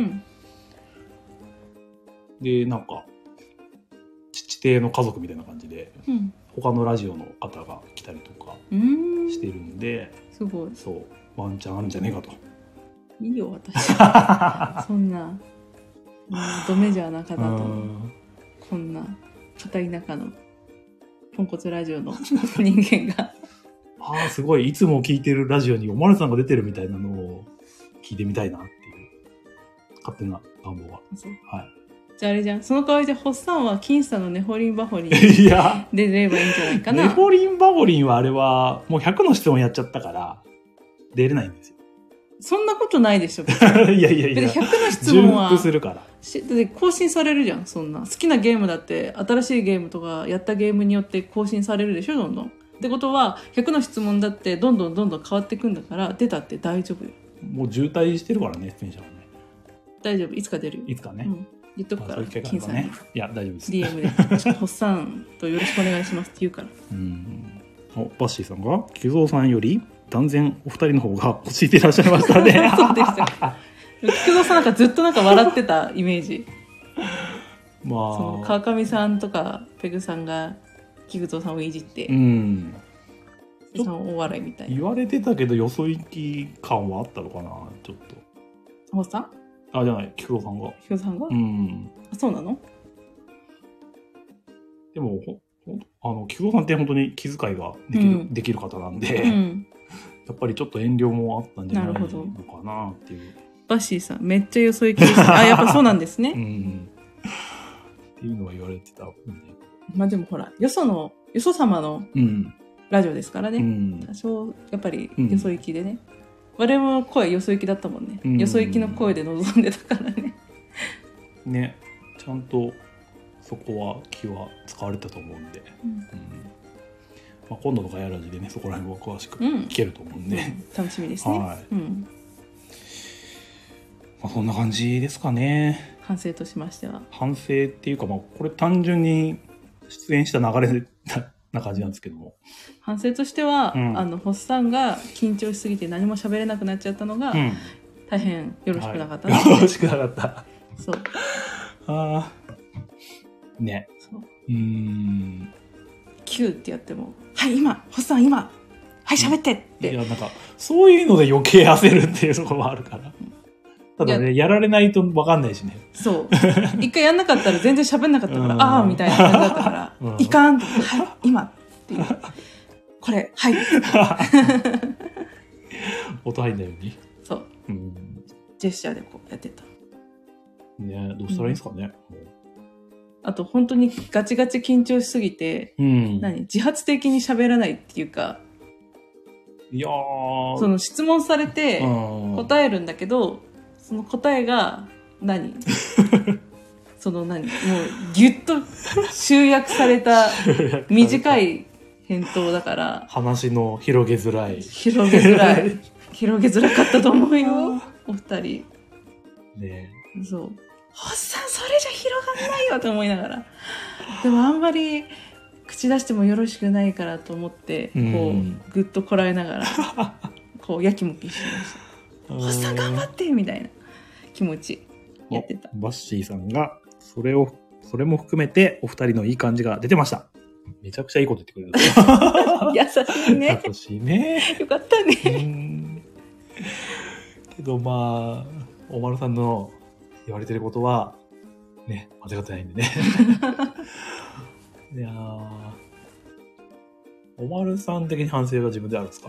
でなんか七亭の家族みたいな感じで、他のラジオの方が来たりとかしてるんで、 すごい。 そうワンチャンあるんじゃねえかと。 いいよ私そんなドメジャーな方とこんな片田舎のポンコツラジオの人間がすごいいつも聞いてるラジオにおまるさんが出てるみたいなのを聞いてみたいなっていう勝手な願望が。 じゃああれじゃん、その代わりじゃホッサンは僅差のネホリンバホリン出ればいいんじゃないかな。 ネホリンバホリンはあれはもう100の質問やっちゃったから出れないんですよ。 そんなことないでしょ。 いや100 の質問はするからだって更新されるじゃん。そんな好きなゲームだって新しいゲームとかやったゲームによって更新されるでしょ、どんどん。ってことは100の質問だってどんどん変わっていくんだから出たって大丈夫よ。 もう渋滞してるからね、出演者はね。 大丈夫、いつか出るよ。 いつかね、 言っとくから、 金さんに。いや大丈夫です。 DM でホッサンとよろしくお願いしますって言うから。 バッシーさんが木造さんより断然お二人の方が教えていらっしゃいましたね。 そうでした菊蔵さんなんかずっとなんか笑ってたイメージ。その川上さんとかペグさんが菊蔵さんをいじって、さんお笑いみたいな言われてたけどよそ行き感はあったのかな、ちょっと。 ホッサン？ じゃない菊蔵さんが。 菊蔵さんが？そうなの？ でも菊蔵さんって本当に気遣いができる方なんで、やっぱりちょっと遠慮もあったんじゃないのかなっていう。 バッシーさんめっちゃよそ行きです、ね、やっぱそうなんですね。 っていうのは言われてたんで。 まあでもほらよそ様のラジオですからね、多少やっぱりよそ行きでね、我々も声よそ行きだったもんね、よそ行きの声で臨んでたからね。 ね、ちゃんとそこは気は使われたと思うんで、今度のガヤラジでねそこら辺は詳しく聞けると思うんで、 楽しみですね。 そんな感じですかね。 反省としましては。 反省っていうか、これ単純に出演した流れな感じなんですけども。 反省としては、ホッサンが緊張しすぎて何も喋れなくなっちゃったのが、大変よろしくなかったな、 よろしくなかった。 そう。 ね。 そう。キューってやっても、はい今、ホッサン今、はい喋ってって。 いやなんかそういうので余計焦るっていうところもあるから。ただね、やられないと分かんないしね。 そう一回やんなかったら全然喋んなかったからああみたいな感じだったからいかんってはい今っていうこれはい音入んないように。 そう、ジェスチャーでこうやってたね。どうしたらいいんですかね、 あと本当にガチガチ緊張しすぎて、自発的に喋らないっていうか、 いやー、 その質問されて答えるんだけど、その答えがそのもうギュッと集約された短い返答だから話の広げづらかったと思うよお二人ね。 そう、おっさんそれじゃ広がんないよと思いながらでもあんまり口出してもよろしくないからと思ってこうぐっとこらえながらこうやきもきしてましたおっさん頑張ってみたいな気持ちやってた。 バッシーさんがそれも含めてお二人のいい感じが出てました。めちゃくちゃいいこと言ってくれる優しいね。 優しいね。 よかったね。 けどまあおまるさんの言われてることはね間違ってないんでね。いやおまるさん的に反省は自分であるんですか？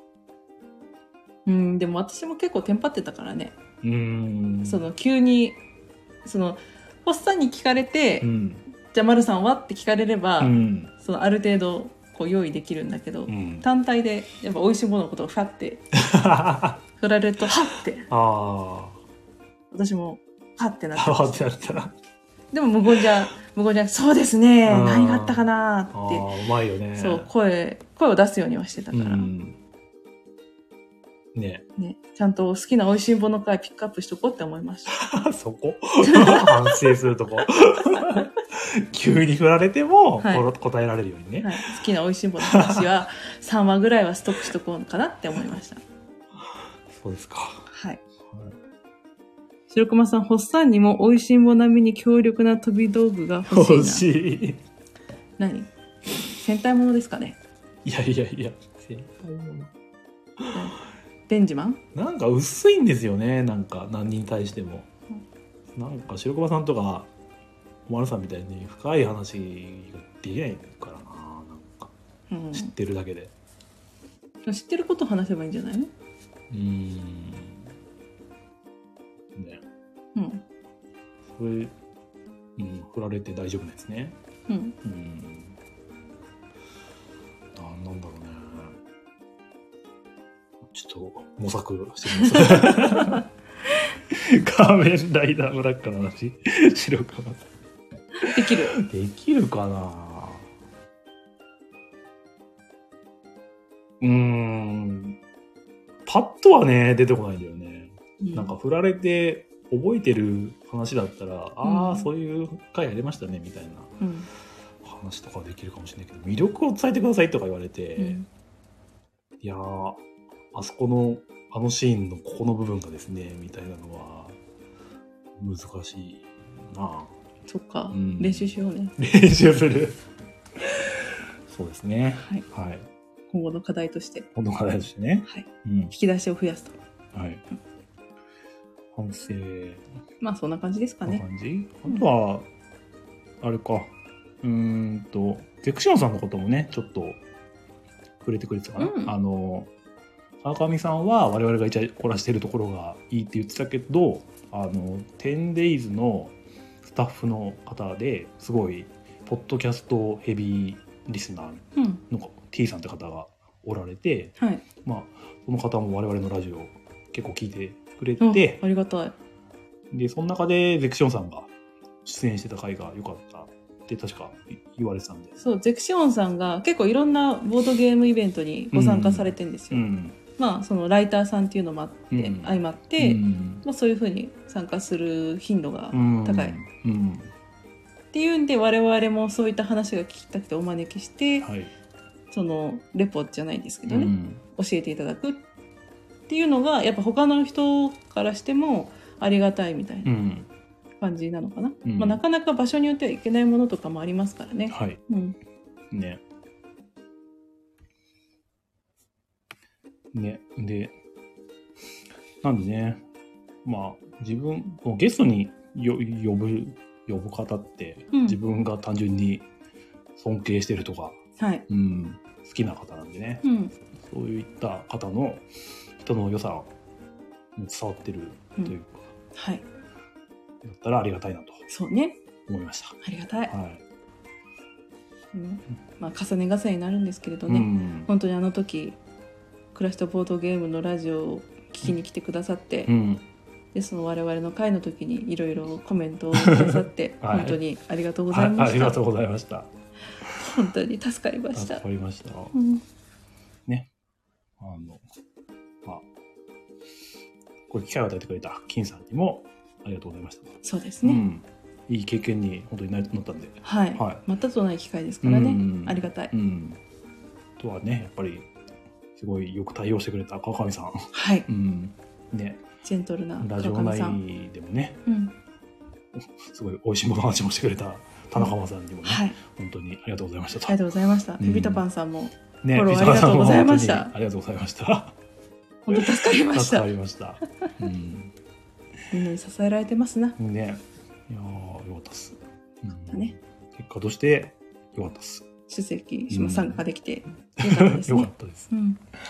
でも私も結構テンパってたからね。その急にそのホッサンに聞かれて、じゃあ丸さんはって聞かれれば、そのある程度こう用意できるんだけど、単体でやっぱ美味しいもののことをファって振られるとハッて私もハッてなってました。でも無言じゃそうですね、何があったかなってうまいよね。 そう声を出すようにはしてたから、 ね、 ちゃんと好きな美味しいものからピックアップしとこうって思いました。 そこ反省するとこ急に振られても、答えられるようにね、 好きな美味しいものの話は3話ぐらいはストックしとこうかなって思いました。 そうですか。 はい。白熊さん、ホッサンにも美味しいも並みに強力な飛び道具が欲しいな。何？戦隊ものですかね？ いや戦隊もの。 ベンジマン？なんか薄いんですよね。なんか何に対しても、なんか白熊さんとかおまるさんみたいに深い話ができないからな。なんか知ってるだけで、 知ってることを話せばいいんじゃないの？ ね。それ振られて大丈夫なやつね。なんだろうね。ちょっと模索してみます。仮面ライダーブラックの話、白熊さん。 できるかな。パッとはね出てこないんだよね。なんか振られて覚えてる話だったら、そういう回ありましたねみたいな話とかできるかもしれないけど、魅力を伝えてくださいとか言われて、いやーあそこのあのシーンのここの部分がですねみたいなのは難しいな。 そっか、練習しようね。 練習する。そうですね。はい。 今後の課題として。 ね。はい。 引き出しを増やすと。 はい。反省。 まあそんな感じですかね。 あとはあれか。ゼクシオンさんのこともねちょっと触れてくれてたかな。川上さんは我々がイチャコラしてるところがいいって言ってたけど、10days のスタッフの方ですごいポッドキャストヘビーリスナーの T さんって方がおられて、まあその方も我々のラジオ結構聞いてくれて、 ありがたい。 でその中でゼクシオンさんが出演してた回が良かったって確か言われてたんで。 そう、ゼクシオンさんが結構いろんなボードゲームイベントにご参加されてるんですよ。まあそのライターさんっていうのもあって、相まって、まあ、そういうふうに参加する頻度が高い、っていうんで我々もそういった話が聞きたくてお招きして、そのレポじゃないですけどね、教えていただくっていうのがやっぱ他の人からしてもありがたいみたいな感じなのかな。まあ、なかなか場所によってはいけないものとかもありますからね。 でなんでね、まあ自分ゲストに呼ぶ方って、自分が単純に尊敬してるとか、好きな方なんでね、そういった方の人の良さを伝わってるというか、だったらありがたいなと思いました。 ありがたい。まあ重ね重ねになるんですけれどね、本当にあの時暮らしとボードゲームのラジオを聞きに来てくださって、でその我々の会の時にいろいろコメントをくださって、はい、本当にありがとうございました。 ありがとうございました。 本当に助かりました。 助かりました。ね、これ機会を与えてくれた金さんにもありがとうございました。 そうですね。 いい経験に本当になったんで、 はい。またとない機会ですからね。ありがたい。 とはね、やっぱりすごいよく対応してくれた川上さん。 はい。 ね。 ジェントルなラジオ内でもね、すごい美味しいもの話もしてくれた田中さんにもね、本当にありがとうございました。 ありがとうございました。ピピタパンさんもフォローありがとうございました。 ありがとうございました。 本当助かりました。 助かりました。 みんなに支えられてますな。 ね、いやよかったっす。 ね。 結果としてよかったっす。 出席します参加できてよかったですね。 よかったです。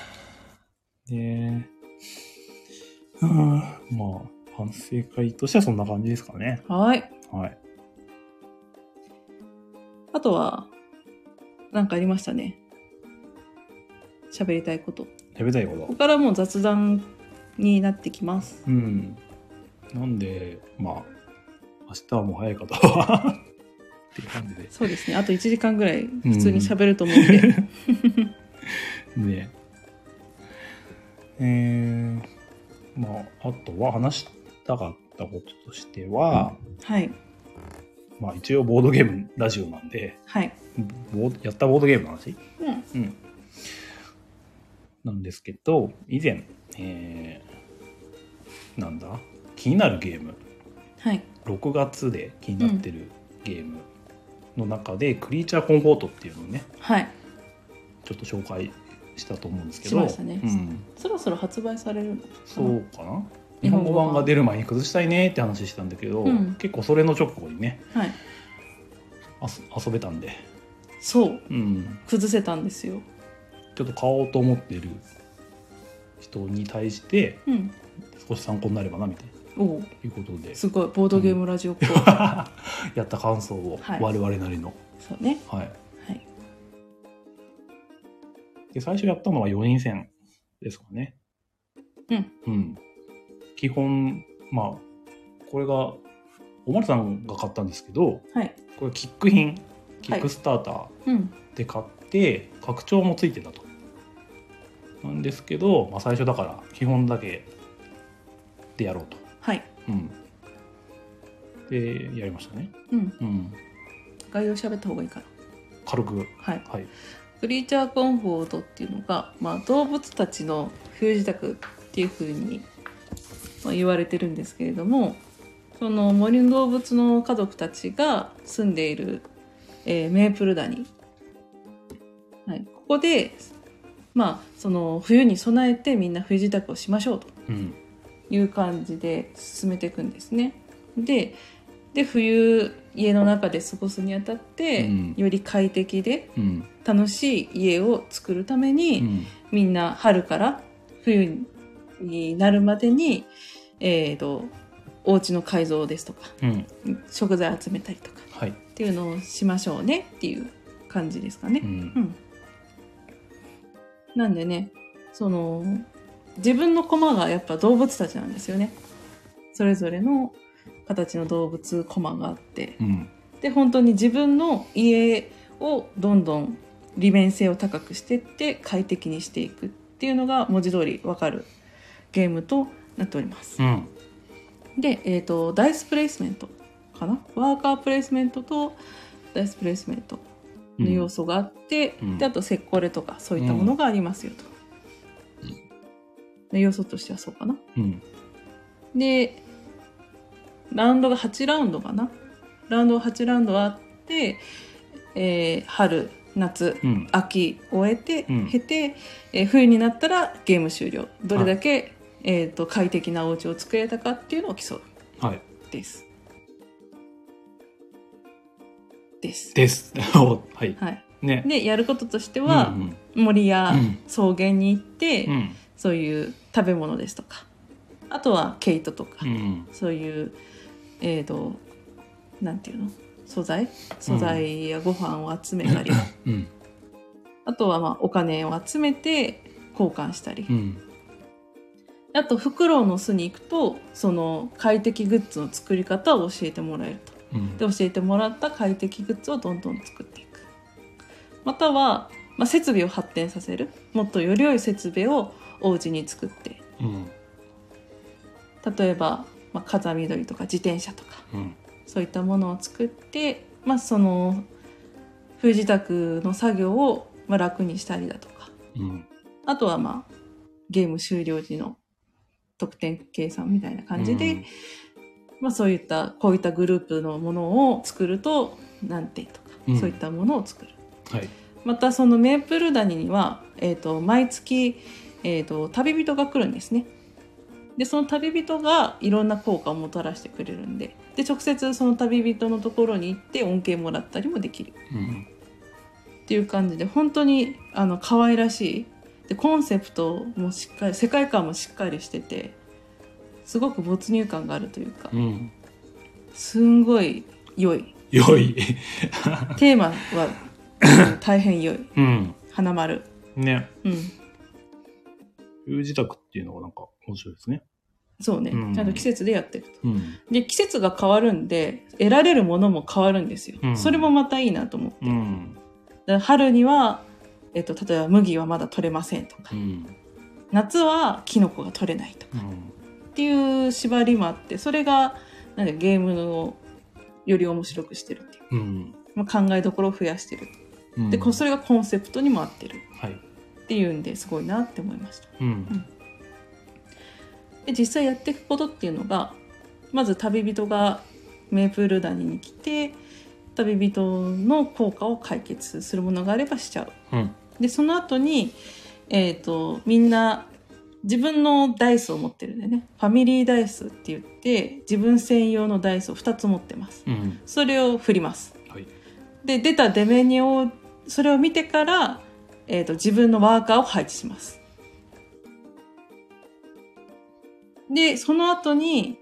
まあ反省会としてはそんな感じですかね。 はい。 はい。 あとは何かありましたね。喋りたいこと。 喋りたいこと。 ここからもう雑談になってきます。 なんでまあ明日はもう早い方はっていう感じで。 そうですね。あと1時間ぐらい普通に喋ると思うんで。 ね。まああとは話したかったこととしては、 はい。 まあ一応ボードゲームラジオなんで、 はい。 やったボードゲームの話、なんですけど、以前、なんだ気になるゲーム、 はい、 6月で気になってるゲームの中で、クリーチャーコンフォートっていうのをね、 はい、 ちょっと紹介したと思うんですけど、 しましたね。そろそろ発売されるのかな。 そうかな。日本語版が出る前に崩したいねって話したんだけど、結構それの直後にね、遊べたんで、 そう、崩せたんですよ。 ちょっと買おうと思っている人に対して、少し参考になればなみたいないうことで、 すごいボードゲームラジオっぽい、 やった感想を、我々なりの、 そうね、 で最初やったのは4人戦ですかね。基本まあこれがおまるさんが買ったんですけど、これキッククスターターで買って、拡張もついてたと。なんですけど、最初だから基本だけでやろうと。でやりましたね。 概要喋った方がいいかな。 軽く。 クリーチャーコンフォートっていうのが、動物たちの冬支度っていうふうに言われてるんですけれども、その森の動物の家族たちが住んでいる、メープル谷、ここでその冬に備えてみんな冬支度をしましょうという感じで進めていくんですね。で冬家の中で過ごすにあたって、より快適で楽しい家を作るために、みんな春から冬になるまでに、お家の改造ですとか、食材集めたりとか、っていうのをしましょうねっていう感じですかね。なんでね、その自分の駒がやっぱ動物たちなんですよね。それぞれの形の動物駒があって、で本当に自分の家をどんどん利便性を高くしていって快適にしていくっていうのが文字通り分かるゲームとなっております。で、ダイスプレイスメントかな、ワーカープレイスメントとダイスプレイスメントの要素があって、であとセッコレとかそういったものがありますよと、で要素としてはそうかな。でラウンドが8ラウンドかな。ラウンドが8ラウンドあって、春夏、秋終えて、経て、冬になったらゲーム終了。どれだけ、快適なお家を作れたかっていうのを競う、です。でやることとしては、森や草原に行って、そういう食べ物ですとか、あとは毛糸とか、そういうなんていうの、素材やご飯を集めたり、あとはお金を集めて交換したり、あとフクロウの巣に行くとその快適グッズの作り方を教えてもらえると、で教えてもらった快適グッズをどんどん作っていく。または、設備を発展させる、もっとより良い設備をお家に作って、例えば、風緑とか自転車とか、そういったものを作って、その冬支度の作業を楽にしたりだとか、あとはゲーム終了時の得点計算みたいな感じで、そういったこういったグループのものを作ると何点とか、そういったものを作る。またそのメープル谷には、毎月、旅人が来るんですね。でその旅人がいろんな効果をもたらしてくれるんで、直接その旅人のところに行って恩恵もらったりもできる、っていう感じで、本当に可愛らしいで、コンセプトもしっかり、世界観もしっかりしてて、すごく没入感があるというか、すんごい良いテーマは大変良い、花丸ね、冬支度っていうのがなんか面白いですね。 そうね、ちゃんと季節でやってると、で季節が変わるんで得られるものも変わるんですよ、それもまたいいなと思って、だから春には、例えば麦はまだ取れませんとか、夏はキノコが取れないとか、っていう縛りもあって、それがゲームをより面白くしてるっていう、考えどころを増やしてる、でそれがコンセプトにも合ってる、っていうんですごいなって思いました。で実際やっていくことっていうのが、まず旅人がメープル谷に来て旅人の効果を解決するものがあればしちゃう、でその後に、みんな自分のダイスを持ってるんでね、ファミリーダイスって言って自分専用のダイスを2つ持ってます、それを振ります、で出た出目にそれを見てから、自分のワーカーを配置します。でその後に、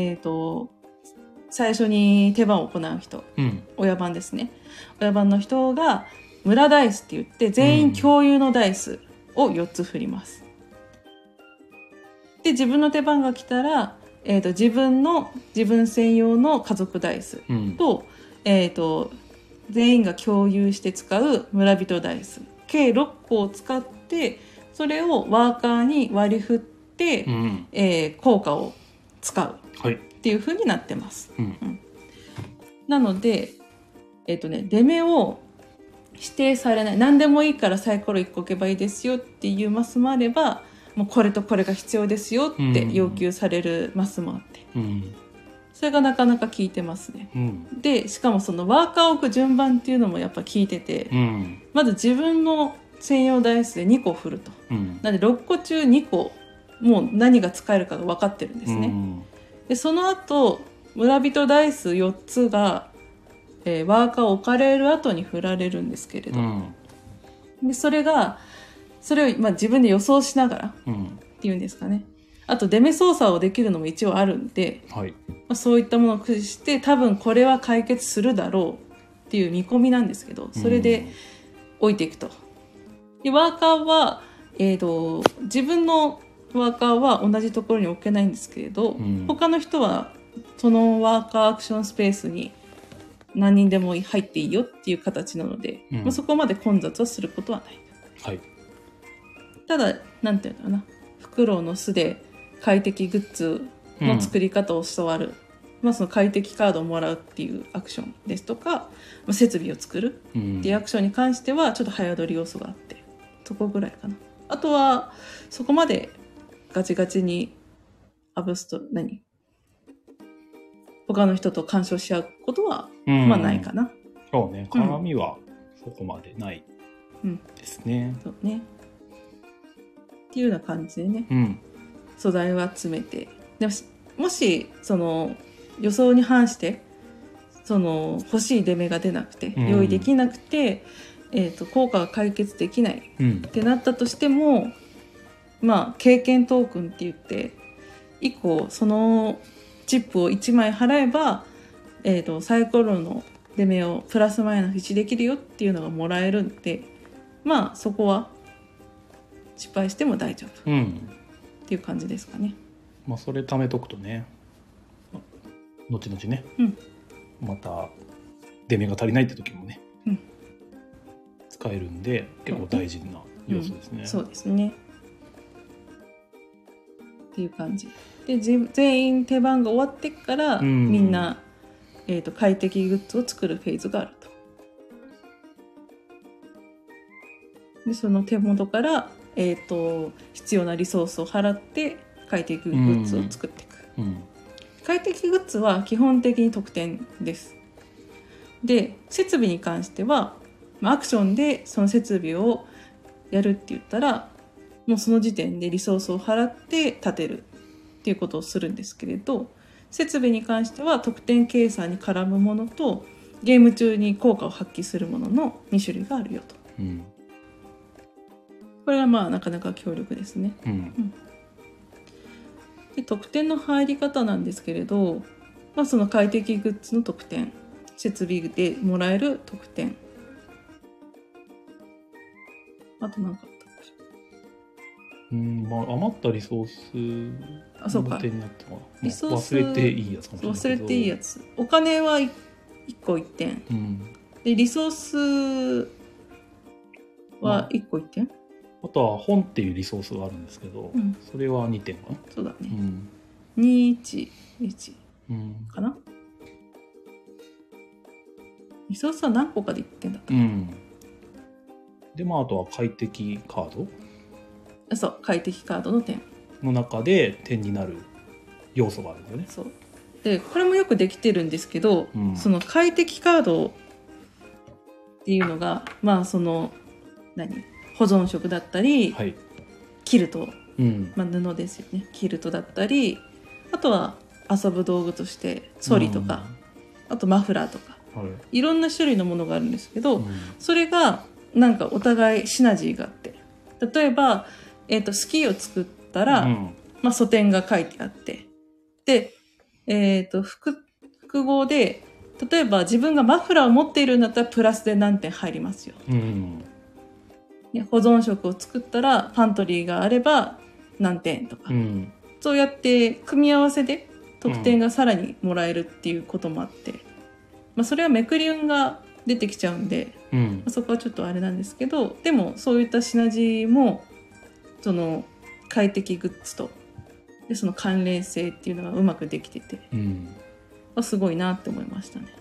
最初に手番を行う人、親番ですね、親番の人が村ダイスって言って全員共有のダイスを4つ振ります、で自分の手番が来たら、自分専用の家族ダイスと、全員が共有して使う村人ダイス計6個を使って、それをワーカーに割り振って、効果を使うっていう風になってます、なので、出目を指定されない、何でもいいからサイコロ1個置けばいいですよっていうマスもあれば、もうこれとこれが必要ですよって要求されるマスもあって、それがなかなか効いてますね、でしかもそのワーカーを置く順番っていうのもやっぱ効いてて、まず自分の専用ダイスで2個振ると、なので6個中2個もう何が使えるかが分かってるんですね、でその後村人ダイス4つが、ワーカーを置かれる後に振られるんですけれど、でそれを、自分で予想しながらっていうんですかね、あと出目操作をできるのも一応あるんで、そういったものを駆使して多分これは解決するだろうっていう見込みなんですけど、それで置いていくと。でワーカーは、自分のワーカーは同じところに置けないんですけれど、他の人はそのワーカーアクションスペースに何人でも入っていいよっていう形なので、そこまで混雑はすることはない、ただなんていうんだろうな、フクロウの巣で快適グッズの作り方を教わる、その快適カードをもらうっていうアクションですとか、設備を作るっていうアクションに関してはちょっと早取り要素があって、そこぐらいかな。あとはそこまでガチガチに他の人と干渉し合うことはないかな。 そうね、絡みはそこまでないですね。 そうね。っていうような感じでね、素材を集めて、でもしその予想に反してその欲しい出目が出なくて、用意できなくて、効果が解決できないってなったとしても、経験トークンって言って1個そのチップを1枚払えば、サイコロの出目をプラスマイナス1できるよっていうのがもらえるんで、そこは失敗しても大丈夫、 うん、 っていう感じですかね。 まあそれ貯めとくとね、後々ね、 うん、 また出目が足りないって時もね、 うん、 使えるんで結構大事な要素ですね。 うん、そうですねっていう感じで、全員手番が終わってから、みんな、快適グッズを作るフェーズがあると。でその手元から、必要なリソースを払って快適グッズを作っていく、快適グッズは基本的に得点です。で設備に関しては、アクションでその設備をやるって言ったらもうその時点でリソースを払って立てるっていうことをするんですけれど、設備に関しては得点計算に絡むものとゲーム中に効果を発揮するものの2種類があるよと、これはなかなか強力ですね、で得点の入り方なんですけれど、その快適グッズの得点、設備でもらえる得点、あと何かあったんでしょう。 余ったリソースの点になっては、 リソース忘れていいやつかもしれないけど、 忘れていいやつ、お金は1個1点、でリソースは1個1点、 あとは本っていうリソースがあるんですけど、それは2点かな。 そうだね、211かな、リソースは何個かで1点だった、 であとは快適カード、 そう快適カードの点の中で点になる要素があるんだよね。 そうでこれもよくできてるんですけど、その快適カードっていうのがその保存食だったり、キルト、布ですよね、キルトだったり、あとは遊ぶ道具としてソリとか、あとマフラーとか、いろんな種類のものがあるんですけど、それがお互いシナジーがあって、例えば、スキーを作ったら、素点が書いてあって、で、複合で例えば自分がマフラーを持っているんだったらプラスで何点入りますよ、保存食を作ったらパントリーがあれば何点とか、そうやって組み合わせで得点がさらにもらえるっていうこともあって、それはめくり運が出てきちゃうんで、そこはちょっとあれなんですけど、でもそういったシナジーもその快適グッズとでその関連性っていうのがうまくできてて、すごいなって思いましたね。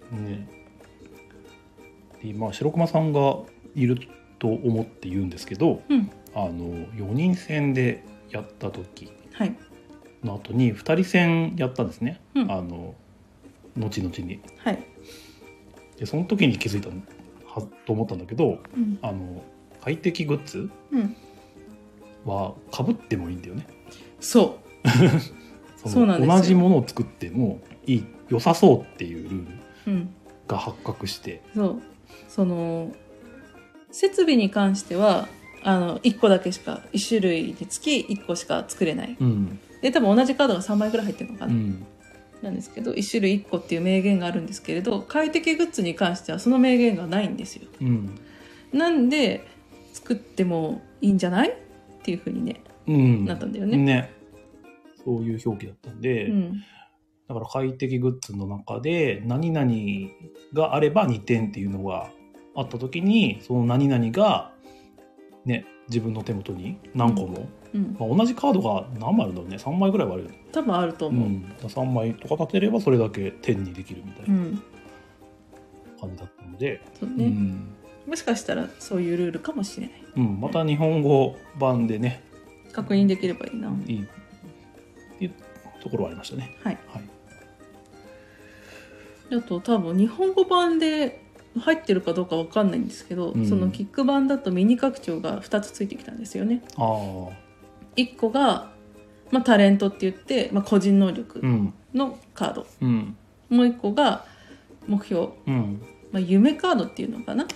で白熊さんがいると思って言うんですけど、4人戦でやった時の後に2人戦やったんですね、後々に。でその時に気づいたと思ったんだけど、快適グッズは被ってもいいんだよね。 そうなんですよ。 同じものを作っても良さそうっていうルールが発覚して、 その設備に関しては1個だけしか1種類につき1個しか作れない、で多分同じカードが3枚ぐらい入ってるのかな、なんですけど1種類1個っていう名言があるんですけれど、快適グッズに関してはその名言がないんですよ、なんで作ってもいいんじゃないっていう風になったんだよね。 そういう表記だったんで、だから快適グッズの中で何々があれば2点っていうのがあった時に、その何々が自分の手元に何個も、同じカードが何枚あるんだろうね、3枚ぐらいはあるよね。 多分あると思う、 3枚とか立てればそれだけ点にできるみたいな感じだったので、 もしかしたらそういうルールかもしれない、 また日本語版でね確認できればいいな、 いいっていうところはありましたね。 あと多分日本語版で入ってるかどうかわかんないんですけど、そのキック版だとミニ拡張が2つついてきたんですよね。1個が、タレントって言って、個人能力のカード、もう1個が目標、夢カードっていうのかな、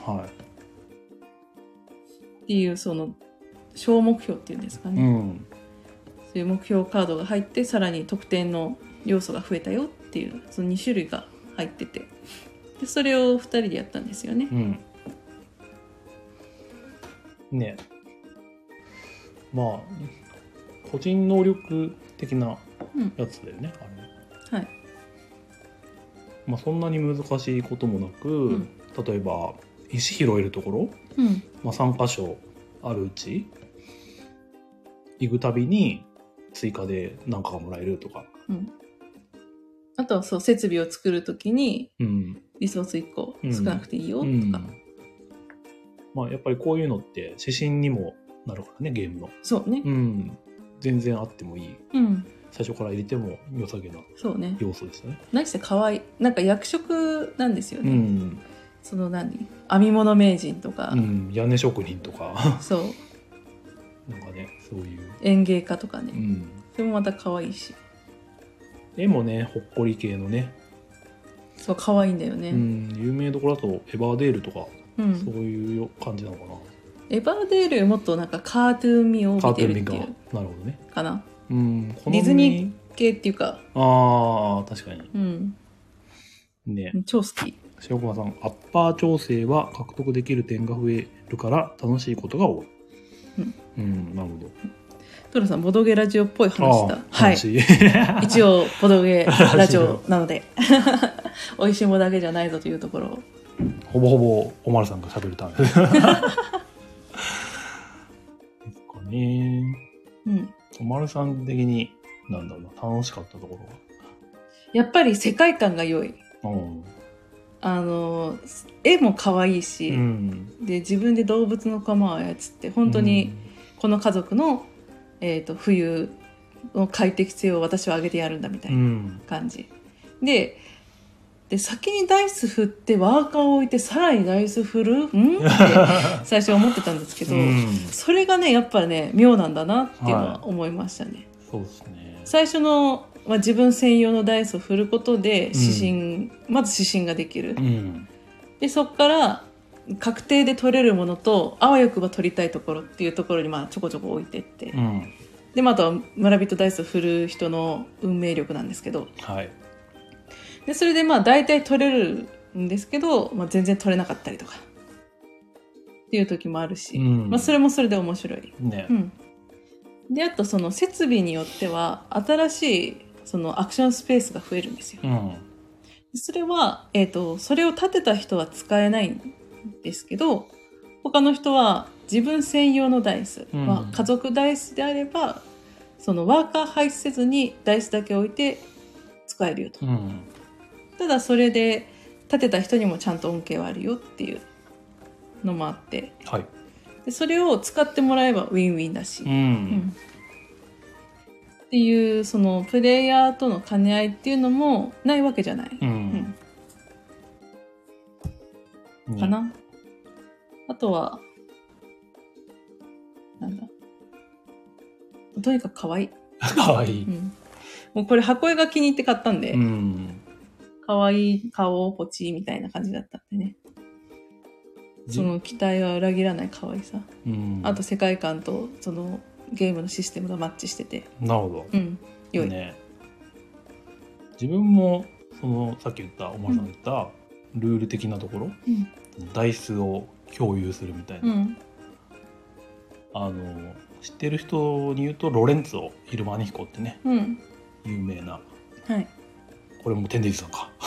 っていうその小目標っていうんですかね、そういう目標カードが入って、さらに得点の要素が増えたよっていうその2種類が入ってて、でそれを2人でやったんですよね。 まあ個人能力的なやつだよね、 はい。 まあ、そんなに難しいこともなく、例えば石拾えるところ、まあ、3箇所あるうち行くたびに追加で何かがもらえるとか、 あとはそう設備を作るときにリソース1個少なくていいよとか、 まあ、やっぱりこういうのって指針にもなるからね、ゲームの。 そうね。 全然あってもいい。最初から入れても良さげな要素ですよね。 何して可愛い。なんか役職なんですよね。その編み物名人とか、 屋根職人とか。 そう。 なんかね、そういう園芸家とかね。それもまた可愛いし。 絵もね、ほっこり系のね。 そう、可愛いんだよね。 有名どころだとエバーデールとか、そういう感じなのかな。 エバーデールよりもっとなんかカートゥーン味を帯びてるっていう。 なるほどね。 かな。 ディズニー系っていうか。 ああ、確かに。 ね。超好き。 塩駒さん、アッパー調整は獲得できる点が増えるから楽しいことが多い。なるほど。 トラさん、ボドゲラジオっぽい話だ。はい。一応、ボドゲラジオなので、おいしいもだけじゃないぞというところを。 ほぼほぼ、おまるさんが喋るためですかね。おまるさん的に、なんだろうな、楽しかったところは。 やっぱり世界観が良い。絵も可愛いし、で自分で動物の皮を操って本当にこの家族の、冬の快適性を私は上げてやるんだみたいな感じ、で先にダイス振ってワーカーを置いてさらにダイス振るって最初思ってたんですけど、それがねやっぱね妙なんだなっていうのは思いましたね。 そうですね。 最初の自分専用のダイスを振ることでまず指針ができる、でそこから確定で取れるものとあわよくば取りたいところっていうところにちょこちょこ置いてって、であとは村人ダイスを振る人の運命力なんですけど、でそれで大体取れるんですけど、全然取れなかったりとかっていう時もあるし、それもそれで面白い、であとその設備によっては新しいそのアクションスペースが増えるんですよ、それは、それを立てた人は使えないんですけど、他の人は自分専用のダイス、家族ダイスであればそのワーカー配置せずにダイスだけ置いて使えるよと、ただそれで立てた人にもちゃんと恩恵はあるよっていうのもあって、でそれを使ってもらえばウィンウィンだし、っていうそのプレイヤーとの兼ね合いっていうのもないわけじゃない、かな。あとはなんだ、とにかく可愛い可愛い、 もうこれ箱絵が気に入って買ったんで、可愛い顔ポチみたいな感じだったんでね、その期待は裏切らない可愛さ、あと世界観とそのゲームのシステムがマッチしてて、 なるほど、 良いね。自分もそのさっき言ったおまさんが言ったルール的なところ、ダイスを共有するみたいな、知ってる人に言うとロレンツォ・イルマニヒコってね、有名な、これもテンデイズさんか、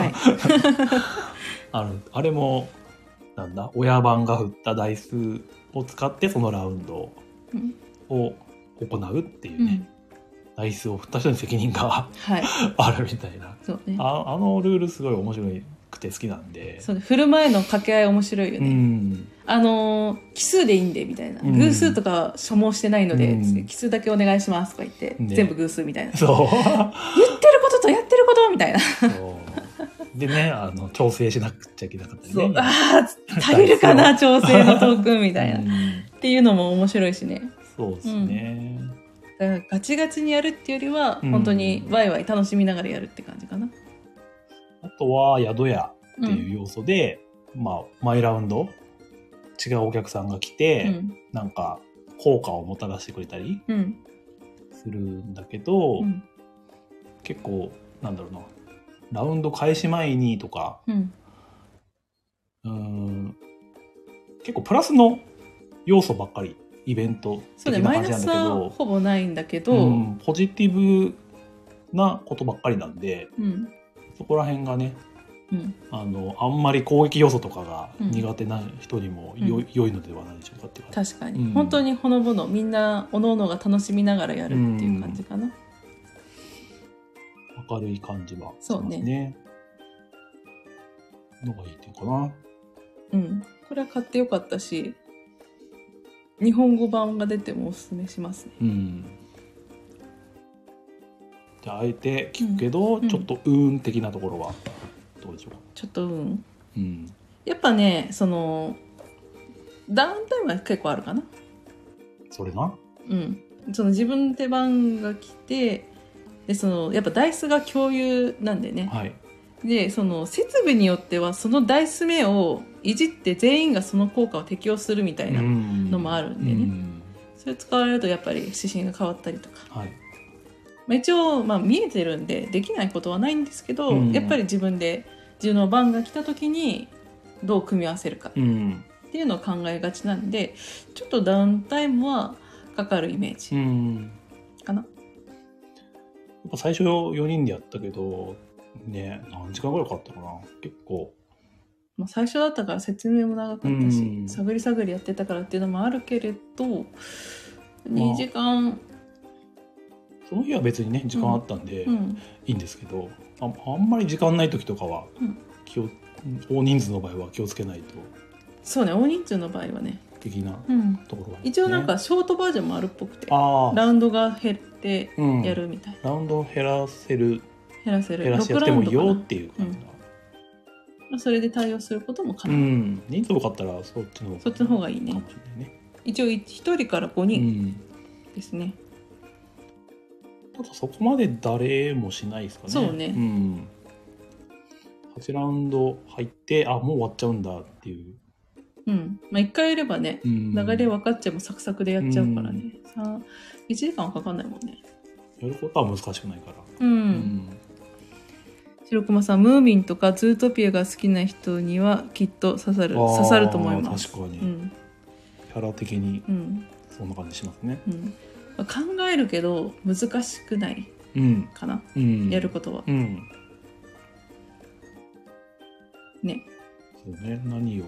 あれもなんだ、親番が振ったダイスを使ってそのラウンドを行うっていうね、ダイスを振った人に責任が、あるみたいな、あのルールすごい面白くて好きなんで、 そう、振る前の掛け合い面白いよね、奇数でいいんでみたいな、偶数とか所望してないので、奇数だけお願いしますとか言って、全部偶数みたいな、言ってることとやってることみたいなでね、調整しなくちゃいけなかったりね、 足りるかな調整のトークンみたいなっていうのも面白いしね。 そうですね、 だからガチガチにやるっていうよりは、本当にワイワイ楽しみながらやるって感じかな。 あとは宿屋っていう要素で、毎ラウンド違うお客さんが来て、なんか効果をもたらしてくれたりするんだけど、結構なんだろうな、ラウンド開始前にとか、結構プラスの要素ばっかりイベントそうね、 的なマイナス感じなんだけど、 はほぼないんだけど、 ポジティブなことばっかりなんで、そこら辺がね、あんまり攻撃要素とかが苦手な人にも良いのではないでしょうかっていう感じ。 確かに、本当にほのぼのみんなおのおのが楽しみながらやるっていう感じかな。 明るい感じはしますね。のがいいっていうかな。 これは買ってよかったし、日本語版が出てもおすすめしますね。 じゃああえて聞くけど、ちょっと的なところはどうでしょうか。 ちょっとやっぱね、そのダウンタイムは結構あるかな。 それな。 その自分の手番が来て、でそのやっぱダイスが共有なんでね。でその設備によってはそのダイス目をいじって全員がその効果を適用するみたいなのもあるんでね。それ使われるとやっぱり指針が変わったりとか。一応、見えてるんでできないことはないんですけど、やっぱり自分の番が来た時にどう組み合わせるかっていうのを考えがちなんで、ちょっとダウンタイムはかかるイメージかな。 やっぱ最初4人でやったけどね、何時間ぐらいかかったかな。結構最初だったから説明も長かったし、探り探りやってたからっていうのもあるけれど、2時間、 その日は別にね時間あったんでいいんですけど、あんまり時間ない時とかは、大人数の場合は気をつけないと。 そうね、大人数の場合はね的なところが、 一応なんかショートバージョンもあるっぽくて、ラウンドが減ってやるみたいな、 ラウンドを減らしてやってもいいよっていう感じが、 それで対応することも可能。 人数多かったらそっちの方がいいね。 かもしれないね。一応1人から5人ですね。 ただそこまで誰もしないですかね。 そうね。 8ラウンド入ってもう終わっちゃうんだっていう。 1回やればね、流れ分かっちゃえばサクサクでやっちゃうからね。1時間はかかんないもんね。 やることは難しくないから。 白熊さん、ムーミンとかズートピアが好きな人にはきっと刺さると思います。 確かに、キャラ的にそんな感じしますね。 考えるけど難しくないかな、やることは。ね。 そうね、何を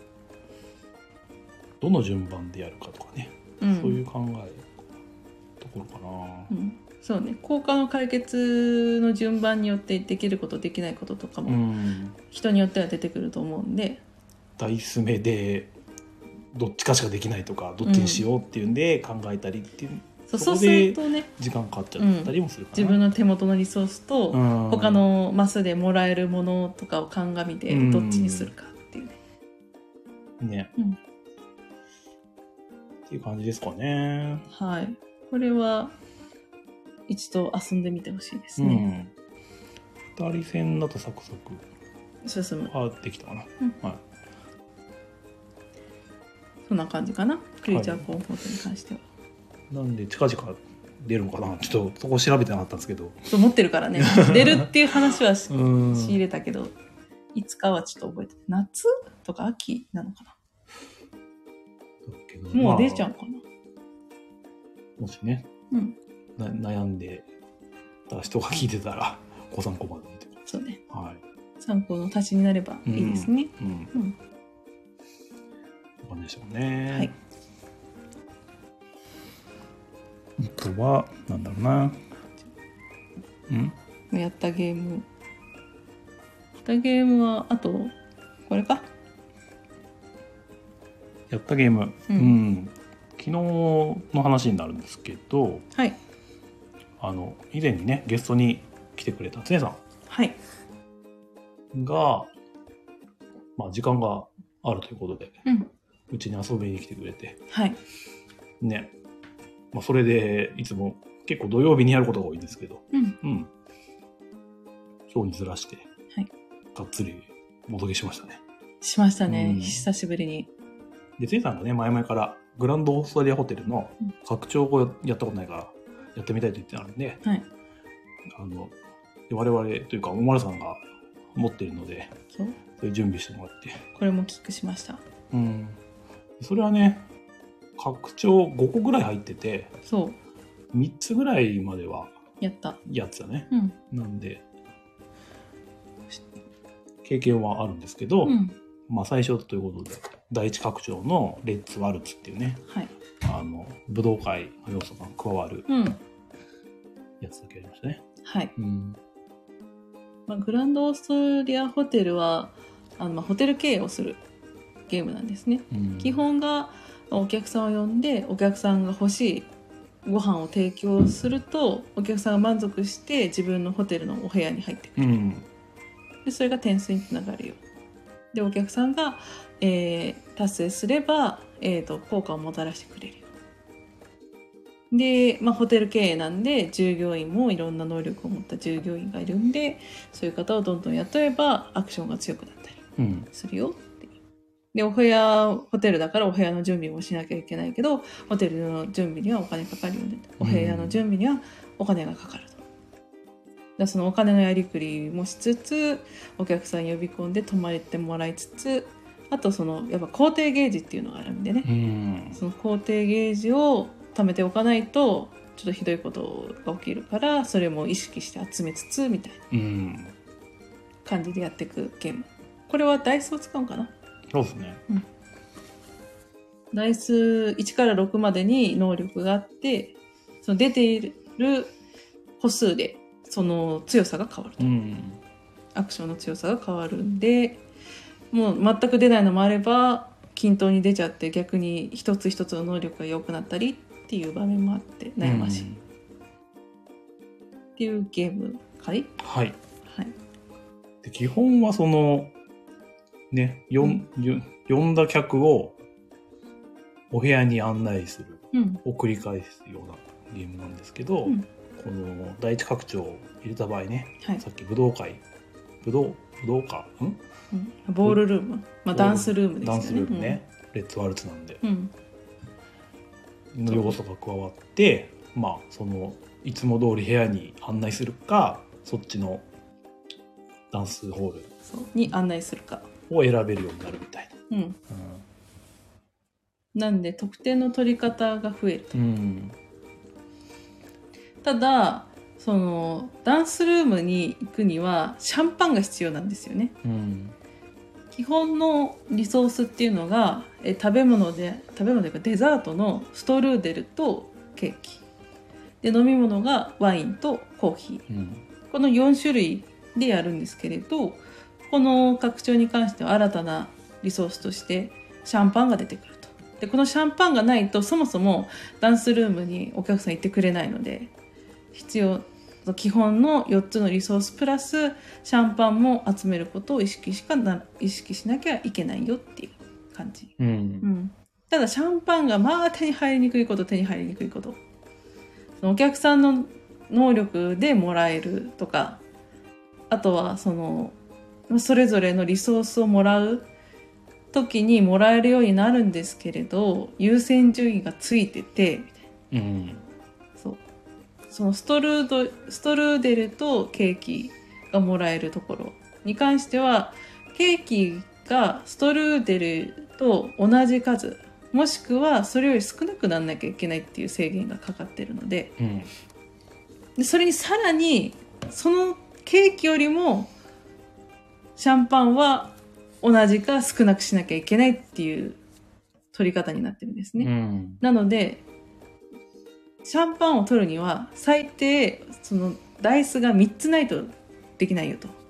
どの順番でやるかとかね、そういう考えところかな。 そうね、効果の解決の順番によってできることできないこととかも人によっては出てくると思うんで、 ダイス目でどっちかしかできないとか、どっちにしようっていうんで考えたりっていう、 そうするとね、 時間かかっちゃったりもするかな。 自分の手元のリソースと他のマスでもらえるものとかを鑑みてどっちにするかっていうね。っていう感じですかね。 はい。これは一度遊んでみてほしいですね。 2人戦だとサクサク進む。 できたかな。 そんな感じかな。クリーチャーコンフォートに関しては。 なんで近々出るのかな。ちょっとそこ調べてなかったんですけど。 持ってるからね。出るっていう話は仕入れたけど、いつかはちょっと覚えて。夏とか秋なのかな。もう出ちゃうかな。 もしね、悩んでた人が聞いてたらご参考までにとか。 そうね。参考の足しになればいいですね。 わかんないでしょうね。あとはなんだろうな。 やったゲームはあとこれか。 やったゲーム、昨日の話になるんですけど、以前にねゲストに来てくれた常さんが、時間があるということで、うちに遊びに来てくれて、ね、それでいつも結構土曜日にやることが多いんですけど、今日にずらして、がっつりボドゲしましたね。 久しぶりに。 で、ついさんがね、前々からグランドオーストラリアホテルの拡張をやったことないからやってみたいと言ってたので、我々というかおまるさんが持っているので、そういう準備してもらって、 これもキックしました。 それはね、 拡張5個ぐらい入ってて、 そう 3つぐらいまではやったつだね、なんで経験はあるんですけど、まあ最初ということで第一拡張のレッツワルツっていうね、 はい、 武道会の要素が加わるやつだけありましたね。 はい。まあ、グランドオーストリアホテルはホテル経営をするゲームなんですね。基本がお客さんを呼んでお客さんが欲しいご飯を提供するとお客さんが満足して自分のホテルのお部屋に入ってくる、でそれが点数につながるよ。でお客さんが、達成すれば、効果をもたらしてくれるよ。で、まあ、ホテル経営なんで従業員もいろんな能力を持った従業員がいるんで、そういう方をどんどん雇えばアクションが強くなったりするよっていう。でお部屋ホテルだからお部屋の準備もしなきゃいけないけどホテルの準備にはお金かかるよね。お部屋の準備にはお金がかかると。だそのお金のやりくりもしつつお客さん呼び込んで泊まってもらいつつ、あとそのやっぱ工程ゲージっていうのがあるんでね、その工程ゲージを貯めておかないとちょっとひどいことが起きるから、それも意識して集めつつみたいな感じでやっていくゲーム。これはダイスを使うかな。 そうですね、 ダイス1から6までに能力があって、その出ている歩数でその強さが変わると、アクションの強さが変わるんで、もう全く出ないのもあれば均等に出ちゃって逆に一つ一つの能力が良くなったりっていう場面もあって悩ましい、っていうゲームかい。 はい、はい、で基本はそのね、呼んだ客をお部屋に案内するを繰り返すようなゲームなんですけど、この第一拡張を入れた場合ね、さっき武道館ボールルーム、まあ、ダンスルームですよね。 ダンスルームね、レッツワルツなんで、の要素が加わって、まあそのいつも通り部屋に案内するか、そっちのダンスホールに案内するかを選べるようになるみたいな。 なんで得点の取り方が増えると。ただそのダンスルームに行くにはシャンパンが必要なんですよね。基本のリソースっていうのが食べ物というかデザートのストルーデルとケーキで、飲み物がワインとコーヒー、この4種類でやるんですけれど、この拡張に関しては新たなリソースとしてシャンパンが出てくると。でこのシャンパンがないとそもそもダンスルームにお客さん行ってくれないので、基本の4つのリソースプラスシャンパンも集めることを意識しなきゃいけないよっていう感じ、ただシャンパンがまあ手に入りにくいこと、そのお客さんの能力でもらえるとか、あとはそれぞれのリソースをもらう時にもらえるようになるんですけれど、優先順位がついててみたいな、そのストルーデルとケーキがもらえるところに関しては、ケーキがストルーデルと同じ数もしくはそれより少なくならなきゃいけないっていう制限がかかってるので、でそれにさらにそのケーキよりもシャンパンは同じか少なくしなきゃいけないっていう取り方になってるんですね、なのでシャンパンを取るには最低そのダイスが3つないとできないよと、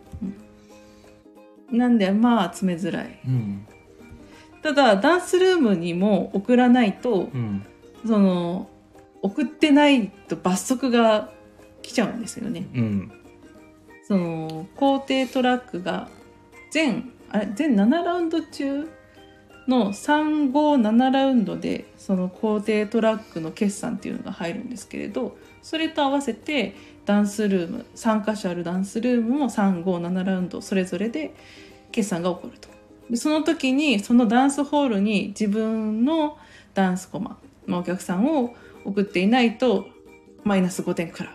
なんでまあ集めづらい、ただダンスルームにも送らないと、その送ってないと罰則が来ちゃうんですよね、その工程トラックが全7ラウンド中の357ラウンドでその工程トラックの決算っていうのが入るんですけれど、それと合わせてダンスルーム3カ所あるダンスルームも357ラウンドそれぞれで決算が起こると。でその時にそのダンスホールに自分のダンスコマのお客さんを送っていないとマイナス5点くらう、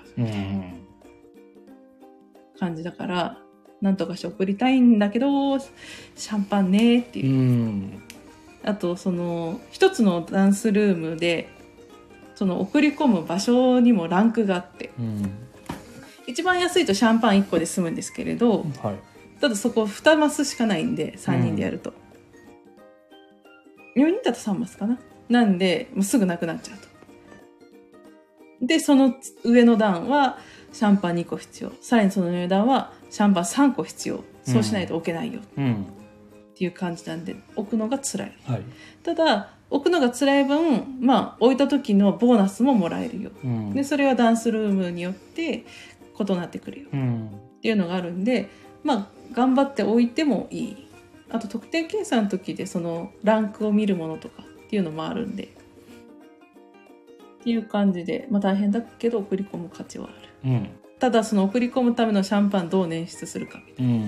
感じだから、なんとかして送りたいんだけどシャンパンねっていう、 あとその一つのダンスルームでその送り込む場所にもランクがあって、一番安いとシャンパン1個で済むんですけれど、ただそこ2マスしかないんで3人でやると、4人だと3マスかな、なんでもうすぐなくなっちゃうと。でその上の段はシャンパン2個必要、さらにその上の段はシャンパン3個必要、そうしないと置けないよっていう感じなんで、置くのが辛い、ただ置くのが辛い分、置いた時のボーナスももらえるよ、でそれはダンスルームによって異なってくるよ、っていうのがあるんで、頑張って置いてもいい。あと得点計算の時でそのランクを見るものとかっていうのもあるんでっていう感じで、大変だけど送り込む価値はある、ただその送り込むためのシャンパンどう捻出するかみたいな、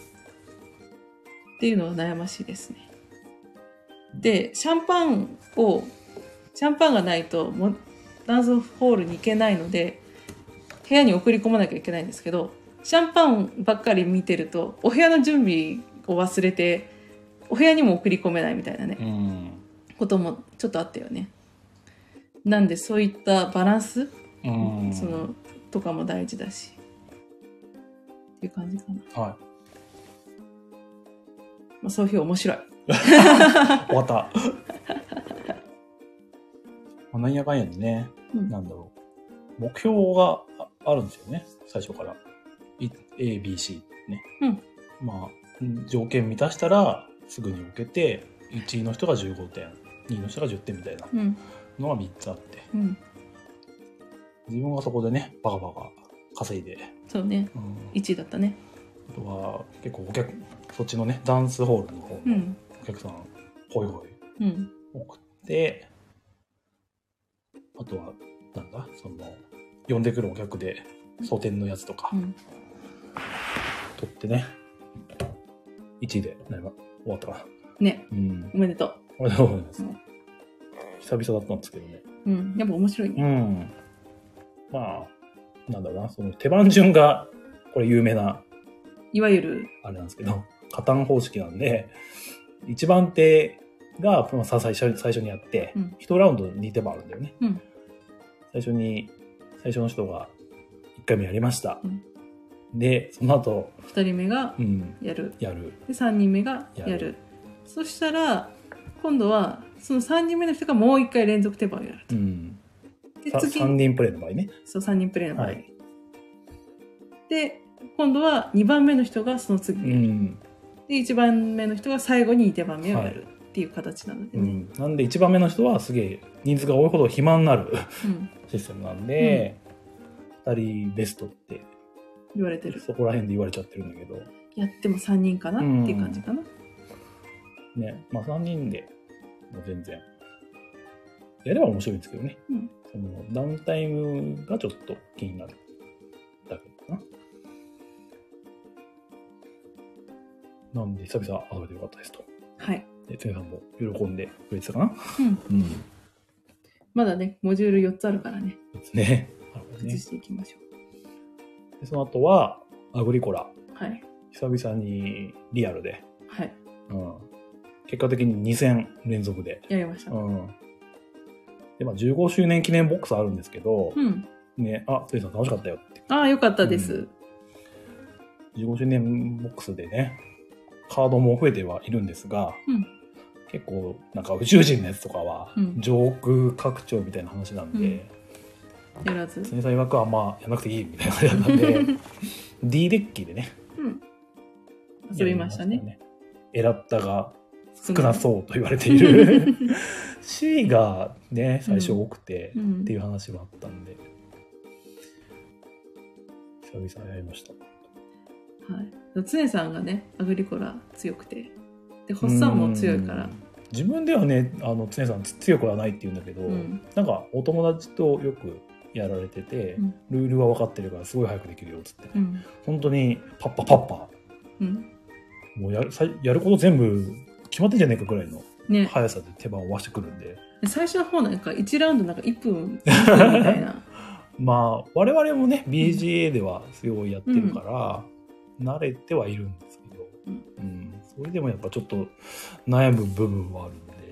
っていうのは悩ましいですね。でシャンパンがないともダンスホールに行けないので部屋に送り込まなきゃいけないんですけど、シャンパンばっかり見てるとお部屋の準備を忘れてお部屋にも送り込めないみたいなね、こともちょっとあったよね。なんでそういったバランス、そのとかも大事だしっていう感じかな。そういう面白い終わったなんやかんやでね、なんだろう、目標があるんですよね、最初から。ABC ね。条件満たしたらすぐに受けて、1位の人が15点、2位の人が10点みたいなのが3つあって、自分がそこでね、バカバカ稼いで。 そうね、1位だったね。 あとは結構そっちのね、ダンスホールの方のお客さん、ホイホイ送って、あとはなんだ、その呼んでくるお客で蒼天のやつとか、取ってね、1位で終わったかな。 ね、おめでとう。 おめでとうございます。久々だったんですけどね。 やっぱ面白いね。 なんだろうな、その手番順がこれ有名な、 いわゆるあれなんですけど、加担方式なんで、1番手が最初にやって、1ラウンド2手番あるんだよね。最初の人が1回目やりました。で、その後 2人目がやる。 で、 3人目がやる。そしたら、今度はその3人目の人がもう1回連続手番をやると。で 3人プレイの場合ね。 そう、3人プレイの場合。で、今度は2番目の人がその次やる。で、1番目の人が最後に2手番目をやるっていう形なのでね。 なんで1番目の人はすげえ人数が多いほど暇になるシステムなんで、2人ベストって言われてる。 そこら辺で言われちゃってるんだけど。 やっても3人かなっていう感じかな。 ね、3人でもう全然やれば面白いんですけどね。そのダウンタイムがちょっと気になるだけかな。なんで久々遊べてよかったですと。で、つねさんも喜んでくれてたかな。 まだね、モジュール4つあるからね。 ですね。 移していきましょう。でその後はアグリコラ。久々にリアルで。結果的に2戦連続でやりました。 で、15周年記念ボックスあるんですけど、ね、つねさん楽しかったよって。 よかったです。 15周年ボックスでね、カードも増えてはいるんですが、結構なんか宇宙人のやつとかは、上空拡張みたいな話なんで、 やらず。 つねさん曰くはやらなくていいみたいな感じだったんで、D デッキでね、 遊びましたね。 エラッタが少なそうと言われているC がね最初多くてっていう話もあったんで、久々やりました。 つねさんがねアグリコラ強くて、でホッサンも強いから、 自分ではねつねさん強くはないって言うんだけど、なんかお友達とよくやられてて、ルールは分かってるからすごい早くできるよっつって、本当にパッパパッパ、もうやること全部決まってんじゃねえかぐらいの速さで手番を回してくるんで、 最初の方なんか1ラウンドなんか1分みたいな我々もね BGA ではすごいやってるから、慣れてはいるんですけど、それでもやっぱちょっと悩む部分はあるんで、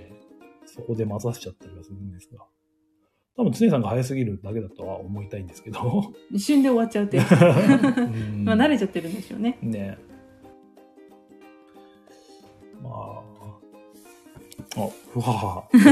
そこで混ざしちゃったりはするんですが、多分常さんが早すぎるだけだとは思いたいんですけど一瞬で終わっちゃうってまあ慣れちゃってるんでしょうね。 ね。まあふわはそう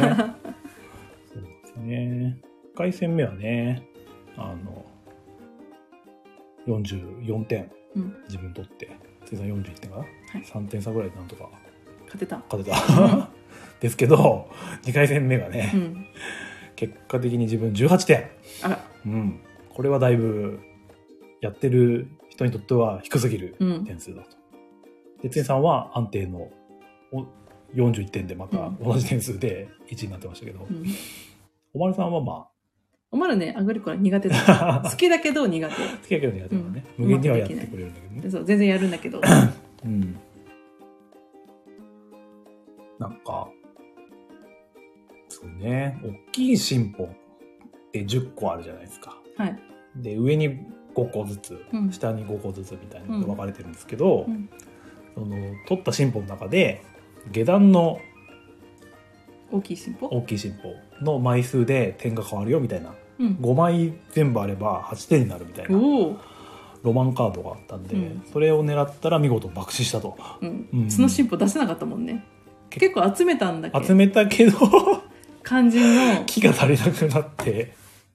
ですね。1回戦目はね、44点、自分取って、常さん41点かな、はい、3点差ぐらいでなんとか勝てたですけど、2回戦目がね、結果的に自分18点。 あら、 これはだいぶやってる人にとっては低すぎる点数だと。で、常さんは安定の41点でまた同じ点数で1位になってましたけど、おまるさんはまあ、 おまるね、アグリコラ苦手だ。好きだけど苦手。 好きだけど苦手だね。無限にはやってくれるんだけどね。 そう、全然やるんだけど。 なんか、そうね、大きい進歩って10個あるじゃないですか。 はい。 で、上に5個ずつ、下に5個ずつみたいなのが分かれてるんですけど、その取った進歩の中で、下段の大きい進歩の枚数で点が変わるよみたいな、5枚全部あれば8点になるみたいなロマンカードがあったんで、それを狙ったら見事爆死したと、 その進歩出せなかったもんね。結構集めたんだけど集めたけど肝心の木が足りなくなって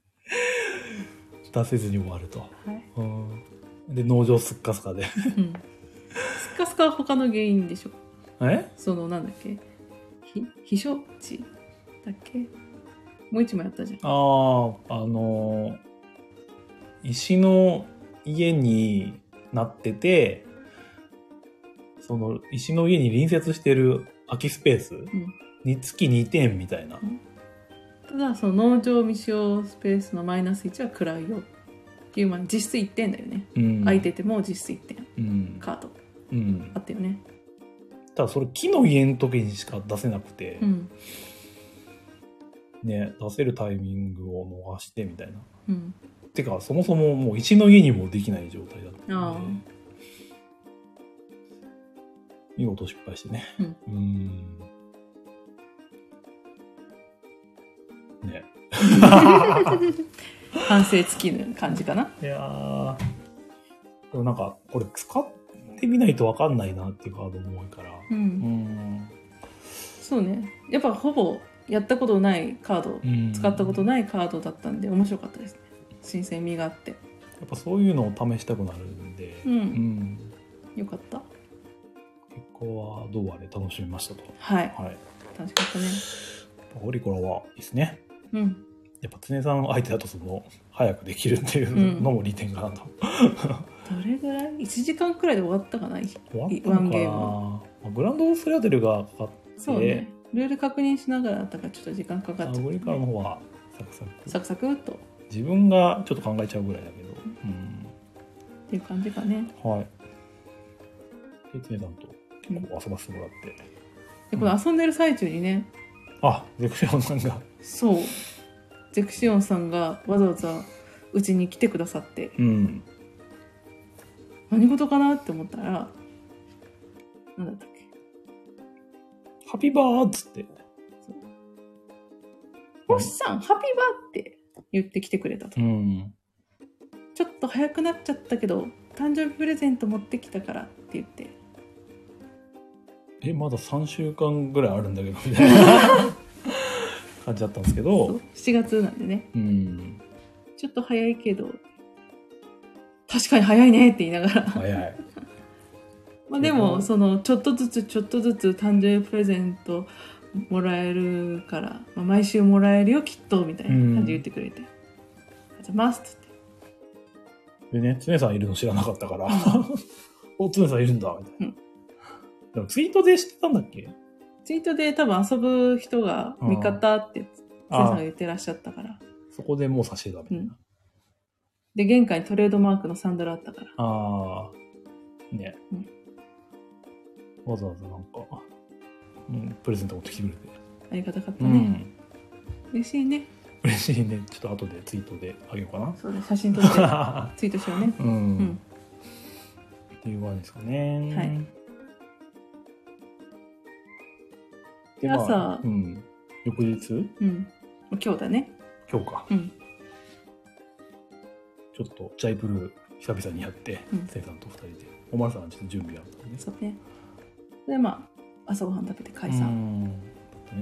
出せずに終わると、で農場スッカスカでスッカスカは他の原因でしょ。そのなんだっけ、避暑地だっけ、もう一枚あったじゃん。 石の家になってて、その石の家に隣接してる空きスペースにつき2点みたいな、 ただその農場未使用スペースのマイナス1は食らうよっていう、実質1点だよね、空いてても実質1点、カード、あったよね。 ただそれ木の家の時にしか出せなくて、ね、出せるタイミングを逃してみたいな、てかそもそももう石の家にもできない状態だったので、見事失敗してね、ね反省尽きぬ感じかな。 いやー、でもなんかこれ使ってみないと分かんないなっていうカードも多いから、 そうね、やっぱほぼやったことないカード、使ったことないカードだったんで面白かったですね。新鮮味があって、 やっぱそういうのを試したくなるんで、 よかった。 結果はどうあれ楽しみましたと。 はい、楽しかったね。 オリコラはいいですね。やっぱ常さん相手だとその早くできるっていうのも利点かなと、 どれぐらい1時間くらいで終わったかな、 ワンゲーム。グランドオーストラデルがかかって、 そうね、ルール確認しながらだったからちょっと時間かかっちゃった、 オリコラの方はサクサクっと、 自分がちょっと考えちゃうぐらいだけど、 っていう感じかね。 で常さんと結構遊ばせてもらって、 でこれ遊んでる最中にね、 ゼクシオンさんがゼクシオンさんがわざわざうちに来てくださって、何事かなって思ったら、何だったっけ、 ハピバーっつって、 星さんハピバーって言ってきてくれたと、ちょっと早くなっちゃったけど誕生日プレゼント持ってきたからって言って、 まだ3週間ぐらいあるんだけどみたいな感じだったんですけど、 7月なんでね、ちょっと早いけど確かに早いねって言いながら早いでもそのちょっとずつ誕生日プレゼントもらえるから、毎週もらえるよきっとみたいな感じで言ってくれて、ありがとうございますって言って、でね、常さんいるの知らなかったからお、常さんいるんだみたいな、でもツイートで知ってたんだっけ？ ツイートで多分遊ぶ人が味方って常さんが言ってらっしゃったから、 そこでもう差し入れだみたいな、 で玄関にトレードマークのサンダルあったから、 ね、わざわざなんか、プレゼント持ってきてくれてありがたかったね、嬉しいね。 嬉しいね。ちょっと後でツイートであげようかな。 そうね、写真撮ってツイートしようね。 っていう感じですかね。 で朝、 翌日？ うん。今日だね。 今日か。 うん。 ちょっとジャイプル久々にやって、せいさんと2人で。おまるさんはちょっと準備あったんで。 そうね。で、まあ、朝ごはん食べて解散。うん。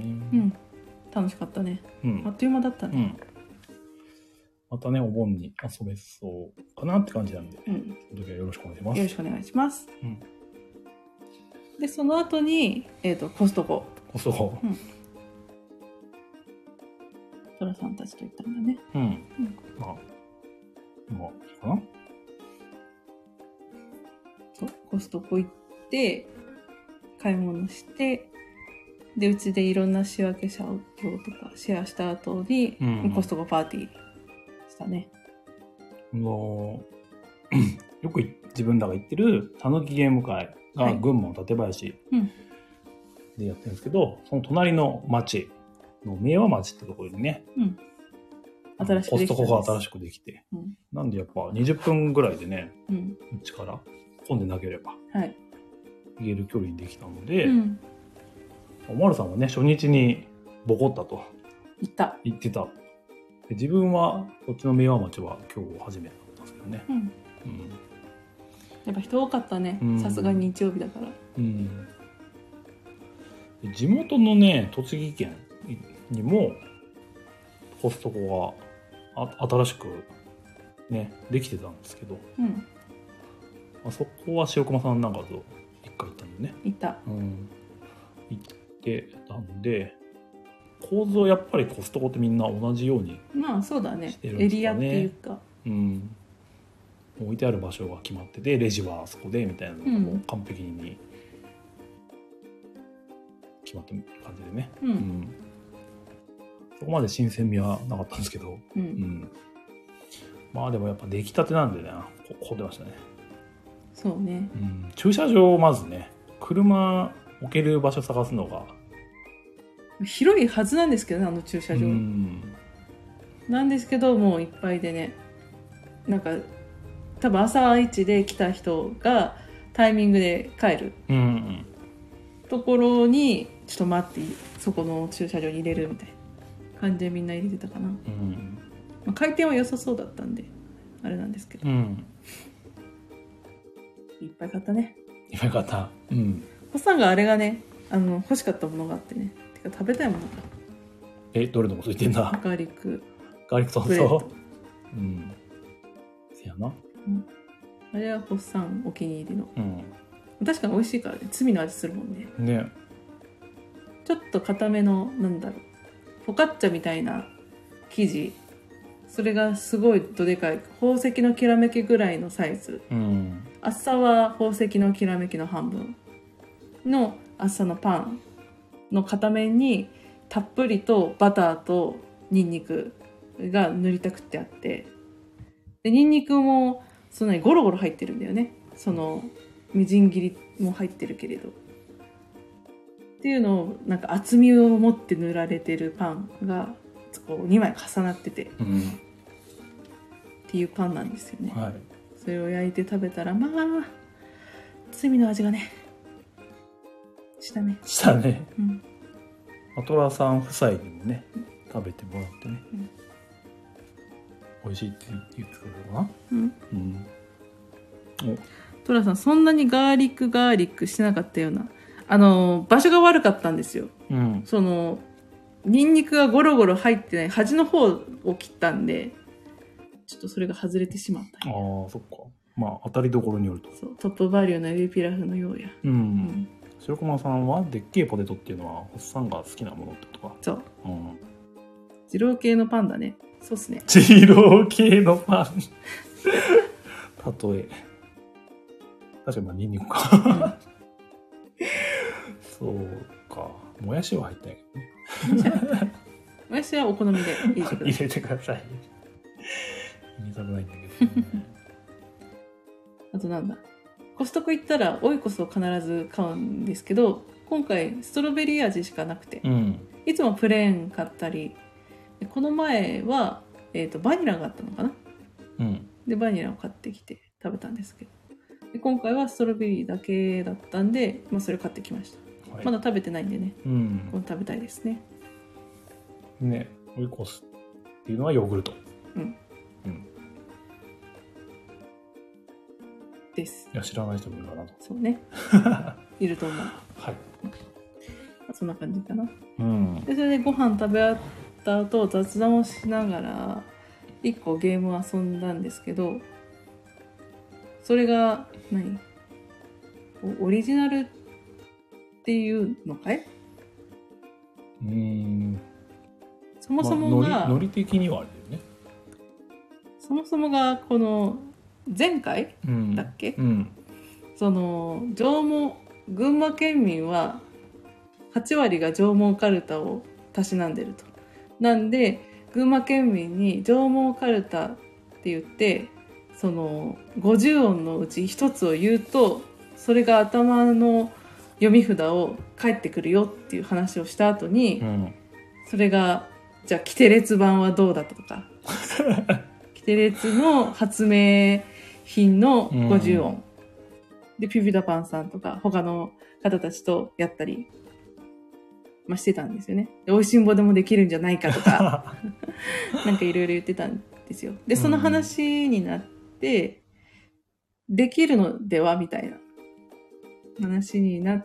楽しかったね。あっという間だったね。 またね、お盆に遊べそうかなって感じなんで、その時はよろしくお願いします。 よろしくお願いします。で、その後に、コストコ。 コストコ。 トラさんたちと行ったんだね。 まあ、いいかな。 そう、コストコ行って、買い物して、で、うちでいろんな仕分け者をとかシェアした後に、コストコパーティーしたね。 よく自分らが行ってるたぬきゲーム会が群馬の館林でやってるんですけど、その隣の町の明和町ってところにね、コストコが新しくできて、なんでやっぱ20分ぐらいでね、うちから混んでなければ行ける距離にできたので、おまるさんはね、初日にボコったと言ってた。で自分はこっちの明和町は今日初めてだったんですけどね。 やっぱ人多かったね。さすがに日曜日だから。 地元のね、栃木県にもコストコが新しくねできてたんですけど、そこは塩駒さんなんかと一回行ったんでね。 行った。 行ってたんで、構造やっぱりコストコってみんな同じようにまあそうだね。エリアっていうか。 置いてある場所が決まってて、レジはあそこでみたいなのがもう完璧に決まってる感じでね。そこまで新鮮味はなかったんですけど、まあでもやっぱ出来たてなんでね、こ出ましたね。 そうね。 駐車場をまずね、車置ける場所探すのが広いはずなんですけどね、あの駐車場。なんですけど、もういっぱいでね、なんか多分朝一で来た人がタイミングで帰るところにちょっと待ってそこの駐車場に入れるみたいな感じでみんな入れてたかな。回転は良さそうだったんであれなんですけど、いっぱい買ったね。 いっぱい買った。 ホさんがあれがね、欲しかったものがあってね、てか食べたいものが。 どれのこと言ってんだ。 ガーリックトースト。せやな。 あれはホッサンお気に入りの。確かに美味しいからね。罪の味するもんね。 ね。 ちょっと固めのなんだろう、フォカッチャみたいな生地。それがすごいどでかい宝石のきらめきぐらいのサイズ。厚さは宝石のきらめきの半分の厚さのパンの片面にたっぷりとバターとニンニクが塗りたくってあって、でニンニクもそんなにゴロゴロ入ってるんだよね。そのみじん切りも入ってるけれどっていうのをなんか厚みを持って塗られてるパンがこう2枚重なってて、っていうパンなんですよね。それを焼いて食べたらまあ罪の味がねしたね。 トラさん夫妻にもね食べてもらってね、美味しいって言ってくれるかな。 トラさんそんなにガーリックしてなかったような、場所が悪かったんですよ。そのニンニクがゴロゴロ入ってない端の方を切ったんで、ちょっとそれが外れてしまった。 そっか。まあ当たりどころによると。 そう、トップバリューのエビピラフのようや。 白駒さんはでっけえポテトっていうのはホッサンが好きなものってことか。 そう。二郎系のパンだね。そうっすね。 二郎系のパン。例え。確かにまあニンニクか。そうか。もやしは入ってないけどね。 もやしはお好みで入れてください。入れたくないんだけど、ね。 あとなんだ。コストコ行ったらオイコスを必ず買うんですけど、今回ストロベリー味しかなくて、いつもプレーン買ったり、この前は、バニラがあったのかな、でバニラを買ってきて食べたんですけど、で今回はストロベリーだけだったんで、それ買ってきました。まだ食べてないんでね、今度食べたいですね。 ね、追い越すっていうのはヨーグルト。うん。うん。 です。 いや、知らない人もいるかなと。 そうね。いると思う。 はい。 そんな感じかな。 うん。 で、それでご飯食べ終わった後、雑談をしながら、1個ゲームを遊んだんですけど、それがオリジナルっていうのかい？そもそもが、 ノリ的にはあれだよね。 そもそもがこの前回だっけ、その群馬県民は8割が縄文カルタをたしなんでると。なんで群馬県民に縄文カルタって言って、その50音のうち1つを言うと、それが頭の読み札を返ってくるよっていう話をした後に、それがじゃあキテレツ版はどうだったとかキテレツの発明品の50音、でピピタパンさんとか他の方たちとやったり、してたんですよね。で美味しんぼでもできるんじゃないかとかなんかいろいろ言ってたんですよ。でその話になって、できるのではみたいな話になって、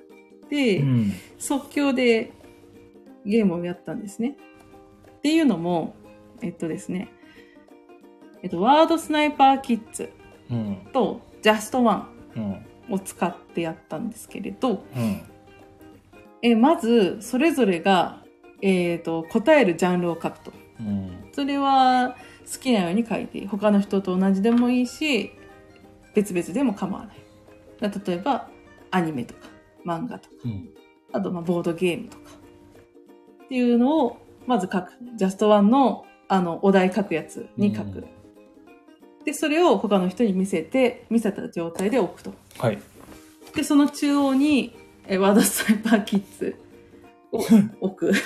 即興でゲームをやったんですね。っていうのもですね、ワードスナイパーキッズとジャストワンを使ってやったんですけれど、まずそれぞれが、答えるジャンルを書くと、それは好きなように書いて、他の人と同じでもいいし別々でも構わない。例えばアニメとか漫画とか、あとボードゲームとかっていうのをまず書く。ジャストワンのお題書くやつに書く。でそれを他の人に見せた状態で置くと。 はい。 でその中央にワードスナイパーキッズを置く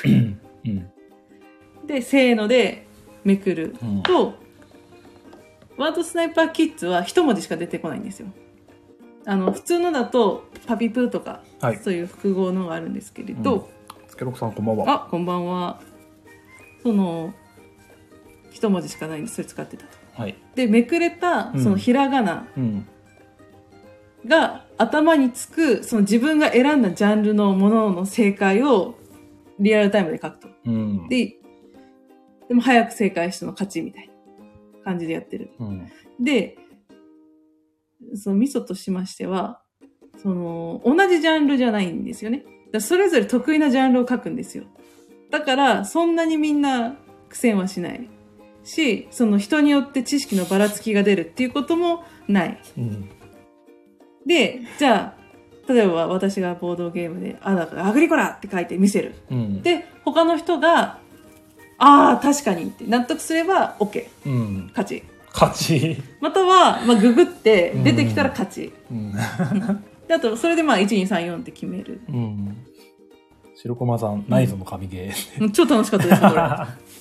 でせーのでめくると、ワードスナイパーキッズは一文字しか出てこないんですよ。普通のだとパピプーとか、そういう複合のがあるんですけれど、 スケロクさんこんばんは。 あ、こんばんは。その一文字しかないんでそれ使ってたと。はい、でめくれたそのひらがなが頭につく、その自分が選んだジャンルのものの正解をリアルタイムで書くと。でも早く正解したの勝ちみたいな感じでやってる。でそのミソとしましては、その同じジャンルじゃないんですよね。だそれぞれ得意なジャンルを書くんですよ。だからそんなにみんな苦戦はしないし、その人によって知識のばらつきが出るっていうこともない。でじゃあ例えば私がボードゲームでだからアグリコラって書いて見せる。で他の人が確かにって納得すれば OK、勝ちまたは、ググって出てきたら勝ち、であとそれで1234って決める。 白駒さん、ナイゾの神ゲー、 超楽しかったですこれ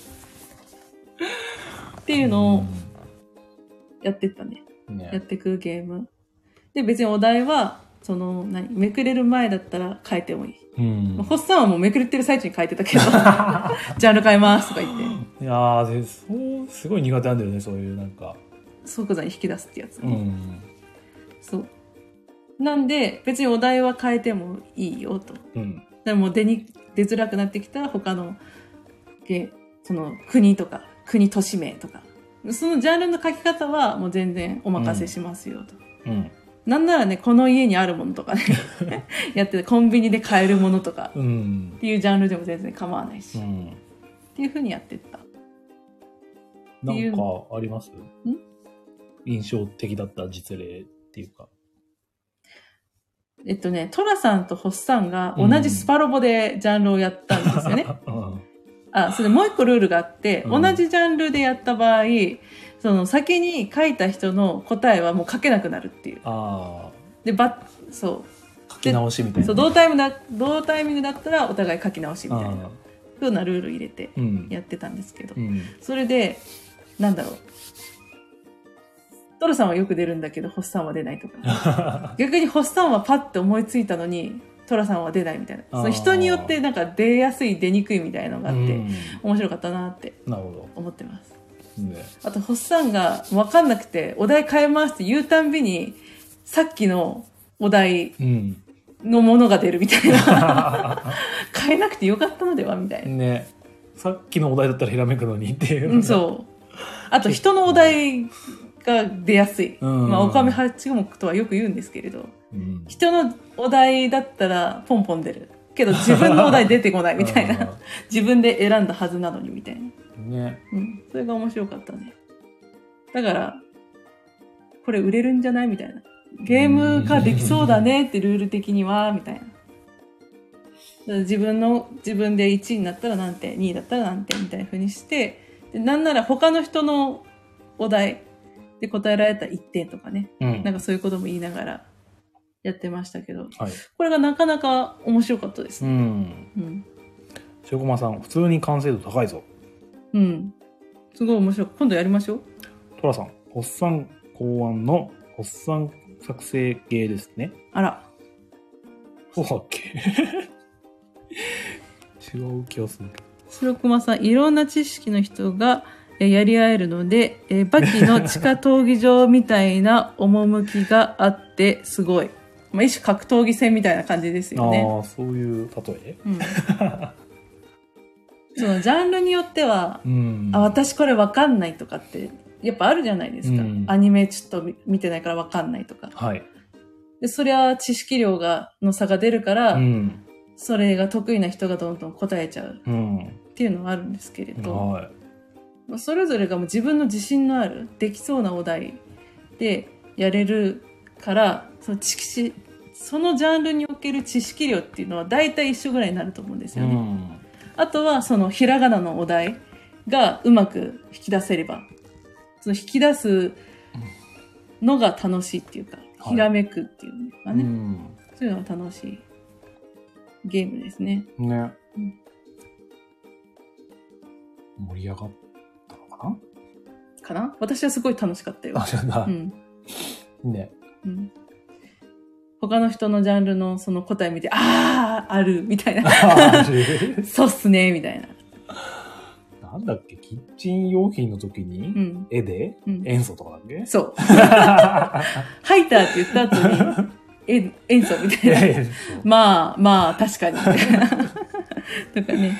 っていうのをやってったね、やってくゲームで、別にお題はそのめくれる前だったら変えてもいい。ホッサンはもうめくれてる最中に変えてたけどジャンル変えますとか言って、 いやーすごい苦手なんだよね、そういうなんか即座に引き出すってやつ、そうなんで別にお題は変えてもいいよと、でも出づらくなってきたら他のその国とか国都市名とかそのジャンルの書き方はもう全然お任せしますよと、なんならねこの家にあるものとかねやってコンビニで買えるものとかっていうジャンルでも全然構わないし、っていう風にやってった。 なんかあります？印象的だった実例っていうか。 トラさんとホッサンが同じスパロボでジャンルをやったんですよね。それでもう一個ルールがあって、同じジャンルでやった場合、その先に書いた人の答えはもう書けなくなるっていう。でそう書き直しみたいな、 そう同タイミングだったらお互い書き直しみたいな風なルール入れてやってたんですけど、それでなんだろう、トラさんはよく出るんだけどホッサンは出ないとか逆にホッサンはパッて思いついたのに寅さんは出ないみたいな、その人によってなんか出やすい出にくいみたいなのがあって、うん、面白かったなって思ってます。ね、あとホッサンが分かんなくてお題変えますって言うたんびにさっきのお題のものが出るみたいな、うん、変えなくてよかったのではみたいな、 ね、さっきのお題だったらひらめくのにっていう、うん、 そうあと人のお題が出やすい、まあオカメ八目とはよく言うんですけれど、うん、人のお題だったらポンポン出るけど自分のお題出てこないみたいな自分で選んだはずなのにみたいなね、うん、それが面白かったね。だからこれ売れるんじゃないみたいな、ゲーム化できそうだねってルール的にはみたいな、だから自分で1位になったら何点、2位だったら何点みたいな風にして、でなんなら他の人のお題で答えられた1点とかね、うん、なんかそういうことも言いながらやってましたけど、はい、これがなかなか面白かったですね。うん。 塩駒さん、普通に完成度高いぞ。 うん。すごい面白い。今度やりましょう。 トラさん、ホッサン考案のホッサン作成系ですね。 あら。 そうだっけ違う気がするけど。 白熊さん、いろんな知識の人がやり合えるので、バキの地下闘技場みたいな趣があってすごい。まあ、一種格闘技戦みたいな感じですよね。 ああ、そういう例え、うん、 そのジャンルによっては、うん、私これ分かんないとかってやっぱあるじゃないですか、うん、アニメちょっと見てないから分かんないとか、はい、でそりゃ知識量の差が出るから、うん、それが得意な人がどんどん答えちゃうっていうのはあるんですけれど、はい、それぞれがもう自分の自信のあるできそうなお題でやれるから、そのジャンルにおける知識量っていうのは大体一緒ぐらいになると思うんですよね、うん、あとはそのひらがなのお題がうまく引き出せれば、その引き出すのが楽しいっていうか、はい、ひらめくっていうのがね、うん、そういうのが楽しいゲームですね。ね、うん、 盛り上がったのかな？私はすごい楽しかったよ。 あ、そうだ。うん。ね。 うん。他の人のジャンルのその答え見て、あるみたいな。そうっすねみたいな。 なんだっけ、キッチン用品の時に、うん、絵で、うん、塩素とかだっけ？ そう。吐いたって言った後に、塩素みたいな。まあ、確かに。とかね。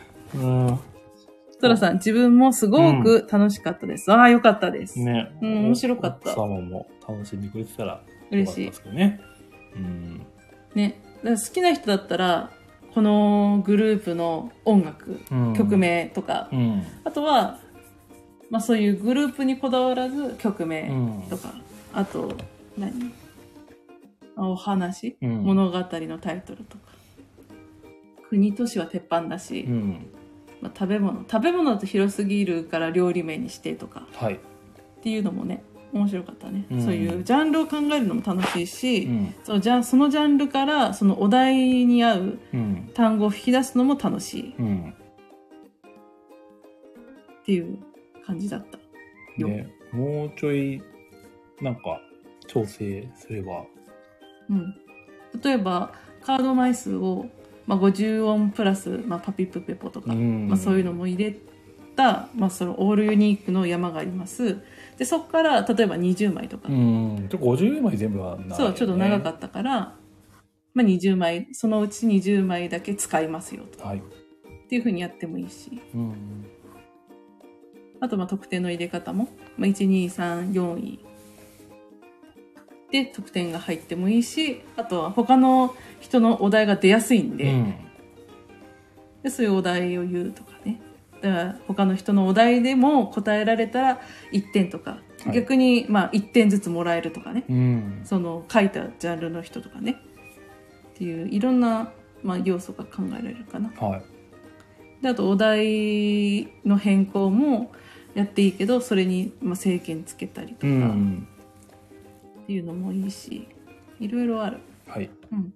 トラさん、自分もすごく楽しかったです。ああ、よかったです。ね。うん、面白かった。 奥様も楽しんでくれてたら嬉しいですけどね。 うん。ね。だから好きな人だったら、このグループの音楽、曲名とか、あとは、まあそういうグループにこだわらず曲名とか、あと、お話、物語のタイトルとか。国都市は鉄板だし、まあ、食べ物だと広すぎるから料理名にしてとか、はい、っていうのもね面白かったね、そういうジャンルを考えるのも楽しいし、そのジャンルからそのお題に合う単語を引き出すのも楽しい、っていう感じだったよ、ね、 もうちょいなんか調整すれば、 例えばカード枚数をまあ、50音プラス、まあ、パピプペポとか、まあ、そういうのも入れた、まあ、そのオールユニークの山があります。でそこから例えば20枚とか、 50枚全部はない、ね、 そうちょっと長かったから、まあ、20枚そのうち20枚だけ使いますよと、はい、っていう風にやってもいいし、あとまあ得点の入れ方も、まあ、1234位で得点が入ってもいいし、あとは他の人のお題が出やすいんで、でそういうお題を言うとかね。だから他の人のお題でも答えられたら1点とか、はい、逆にまあ1点ずつもらえるとかね、その書いたジャンルの人とかねっていういろんな、まあ、要素が考えられるかな、はい、であとお題の変更もやっていいけどそれにまあ制限つけたりとか、っていうのもいいし、いろいろある。はい。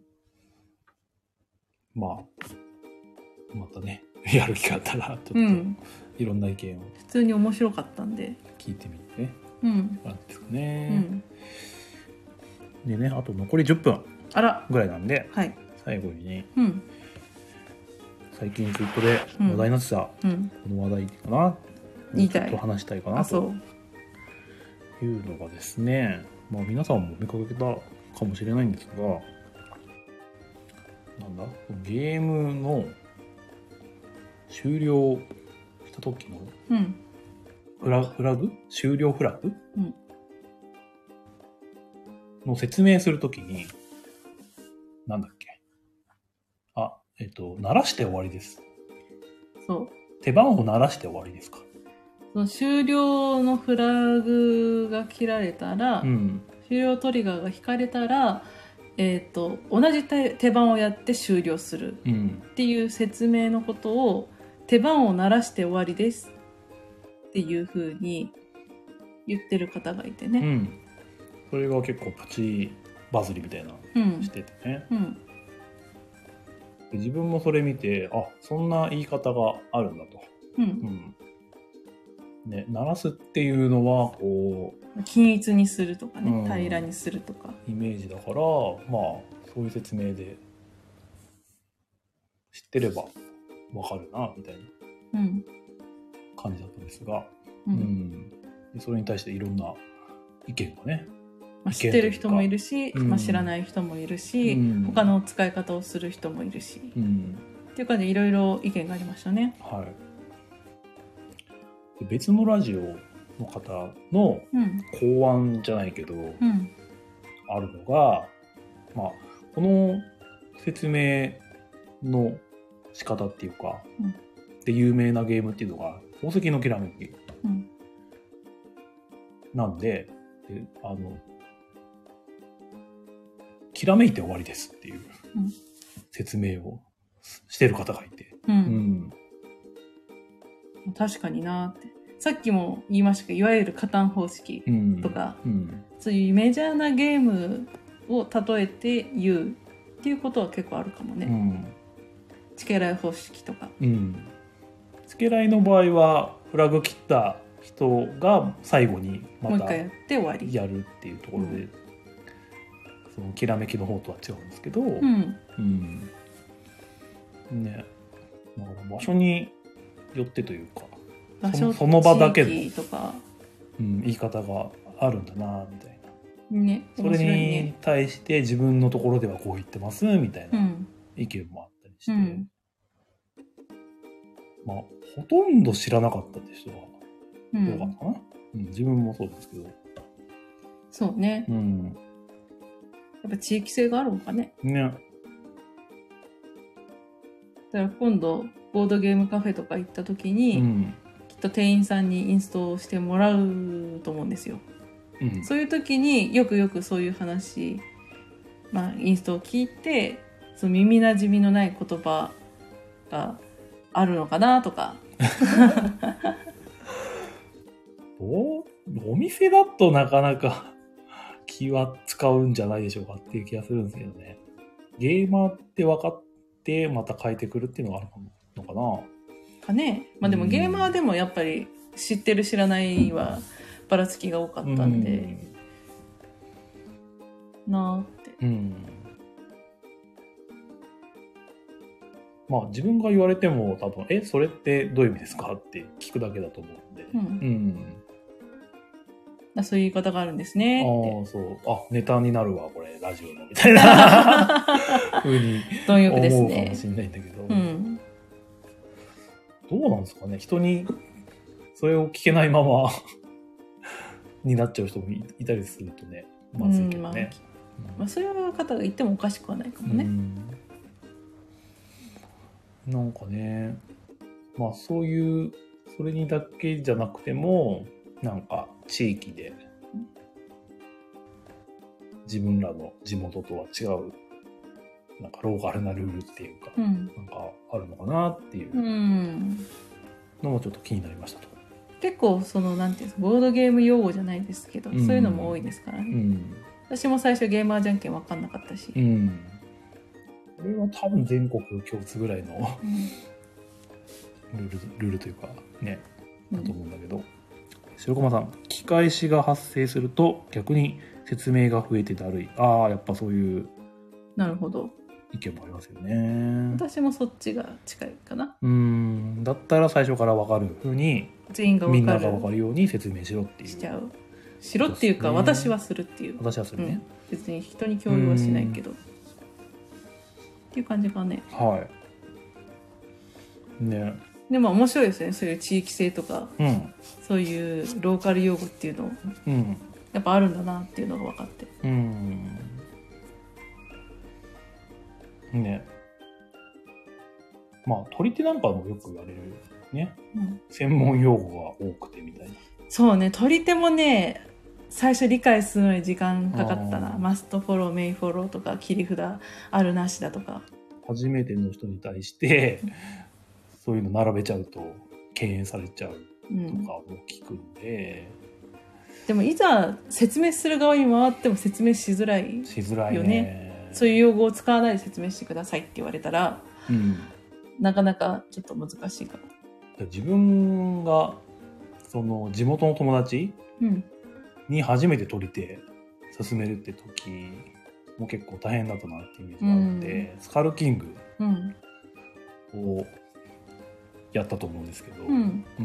まあまたねやる気があったらちょっといろんな意見を普通に面白かったんで聞いてみてね。なんですかね。でね、あと残り10分ぐらいなんで、はい、 最後にね、 うん、 最近ツイートで話題になってた、この話題かな、 言いたい、 ちょっと話したいかなというのがですね、まあ皆さんも見かけたかもしれないんですが、なんだ、ゲームの終了した時のフラグ終了フラグ、の説明するときに、なんだっけ、鳴らして終わりです。 そう。 手番を鳴らして終わりですか。 その終了のフラグが切られたら、終了トリガーが引かれたら、同じ手番をやって終了するっていう説明のことを、手番を鳴らして終わりですっていう風に言ってる方がいてね。 それが結構プチバズりみたいなしててね。で自分もそれ見て、あ、そんな言い方があるんだと。ね、鳴らすっていうのはこう均一にするとかね、平らにするとかイメージだから、まあそういう説明で知ってればわかるなみたいな感じだったんですが、でそれに対していろんな意見がね、 知ってる人もいるし、知らない人もいるし、他の使い方をする人もいるし、っていう感じでいろいろ意見がありましたね。 で別のラジオの方の考案じゃないけど、あるのが、まあこの説明の仕方っていうか、で有名なゲームっていうのが宝石のきらめき、なんで、きらめいて終わりですっていう説明をしてる方がいて、 確かになって、さっきも言いましたけど、いわゆる加担方式とか、そういうメジャーなゲームを例えて言うっていうことは結構あるかもね。チケライ方式とか、 チケライの場合はフラグ切った人が最後にまたやるっていうところで、そのきらめきの方とは違うんですけど、ね、まあ、場所によってというか、その場だけの言い方があるんだなみたいな、それに対して自分のところではこう言ってますみたいな意見もあったりして、まあほとんど知らなかったって人はどうかな、自分もそうですけど、 そうね、やっぱ地域性があるのかね。だから今度ボードゲームカフェとか行った時に、きっと店員さんにインストしてもらうと思うんですよ。そういう時によくそういう話、インストを聞いて、その耳なじみのない言葉があるのかなとか。 お店だとなかなか気は使うんじゃないでしょうかっていう気がするんですけどね。ゲーマーって分かってまた変えてくるっていうのがあるのかな。 かね。でもゲーマーでもやっぱり知ってる知らないはばらつきが多かったんで、なーって。 まあ自分が言われても多分それってどういう意味ですかって聞くだけだと思うんで。 そういう言い方があるんですねって。 そう。ネタになるわこれラジオのみたいな風に思うかもしれないんだけど、どうなんですかね。人にそれを聞けないままになっちゃう人もいたりするとね、まずいけどね。 そういう方がいてもおかしくはないかもね。 なんかね、そういうそれにだけじゃなくても、なんか地域で自分らの地元とは違うなんかローカルなルールっていうか、なんかあるのかなっていうのもちょっと気になりましたと。 結構なんていうんですか、ボードゲーム用語じゃないですけど、そういうのも多いですからね。私も最初ゲーマーじゃんけん分かんなかったし。これは多分全国共通ぐらいのルールというかね、だと思うんだけど、白駒さん、聞き返しが発生すると逆に説明が増えてだるい。やっぱそういうなるほど意見もありますよね。 私もそっちが近いかな。 だったら最初から分かるふうに全員がみんなが分かるように説明しろっていう。 しちゃう。しろっていうか、私はするっていう。 私はするね。 別に人に共有はしないけど。っていう感じかね。 はい。ね。 でも面白いですね。そういう地域性とか、そういうローカル用語っていうの、やっぱあるんだなっていうのが分かって。 ね。まあ取り手なんかもよく言われるね。専門用語が多くてみたいな。 そうね。取り手もね、最初理解するのに時間かかったな。マストフォロー、メインフォローとか切り札あるなしだとか。 初めての人に対してそういうの並べちゃうと敬遠されちゃうとかも聞くんで、 でもいざ説明する側に回っても説明しづらいよね。そういう用語を使わないで説明してくださいって言われたら、なかなかちょっと難しいかも。 自分がその地元の友達に初めて取り手進めるって時も結構大変だったなっていうイメージがあるので、スカルキングをやったと思うんですけど、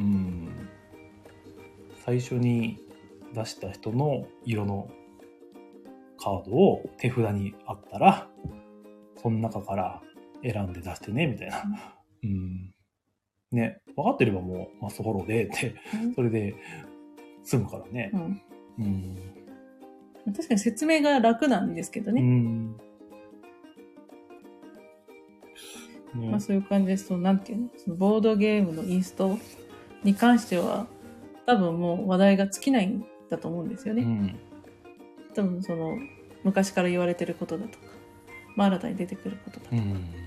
最初に出した人の色のカードを手札にあったらその中から選んで出してねみたいな、ね、分かってればもうマストフォローでってそれで済むからね。 確かに説明が楽なんですけどね。まあそういう感じです。なんていうの、そのボードゲームのインストに関しては多分もう話題が尽きないんだと思うんですよね。多分その昔から言われてることだとか、まあ、新たに出てくることだとか、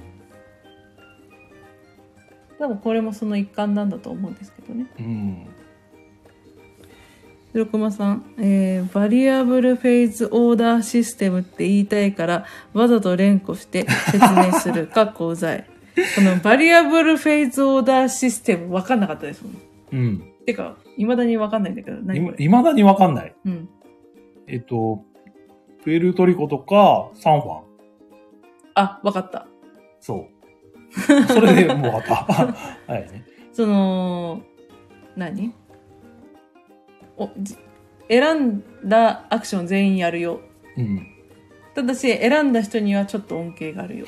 多分これもその一環なんだと思うんですけどね。白熊さん、バリアブルフェイズオーダーシステムって言いたいからわざと連呼して説明するかっこうざい。このバリアブルフェイズオーダーシステム分かんなかったですもん。てか未だに分かんないんだけど、何これ。 未だに分かんない。プエルトリコとかサンファン。 あ、分かった。 そう。それでもう分かった。はいね。 何？選んだアクション全員やるよ。ただし選んだ人にはちょっと恩恵があるよ。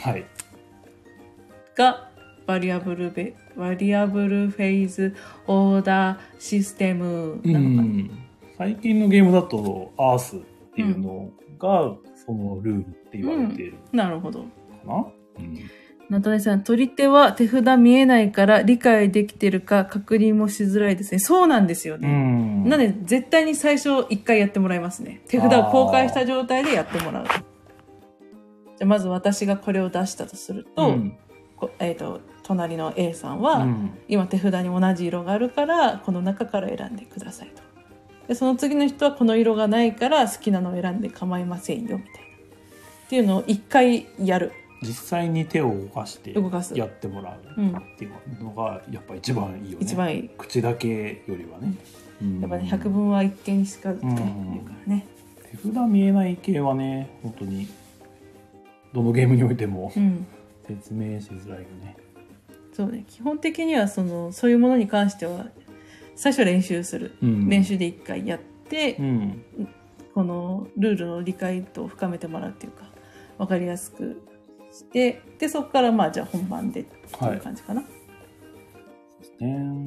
がバリアブルフェイズオーダーシステムなのかな。 最近のゲームだとアースっていうのがそのルールって言われている、 なるほどかな。 ナトネさん、取り手は手札見えないから理解できてるか確認もしづらいですね。そうなんですよね。なので絶対に最初一回やってもらいますね。手札を公開した状態でやってもらう。じゃあまず私がこれを出したとすると、隣の A さんは、今手札に同じ色があるからこの中から選んでくださいと。でその次の人はこの色がないから好きなのを選んで構いませんよみたいなっていうのを一回やる。 実際に手を動かしてやってもらうっていうのがやっぱ一番いいよね。 一番いい。 口だけよりはね。 やっぱね、百聞は一見にしかずって言うからね。 手札見えない系はね、本当にどのゲームにおいても説明しづらいよね。 そうね、基本的にはそういうものに関しては最初練習する、練習で一回やって、このルールの理解度を深めてもらうっていうか分かりやすくして、でそこからまあじゃあ本番でっていう感じかな。 そうですね。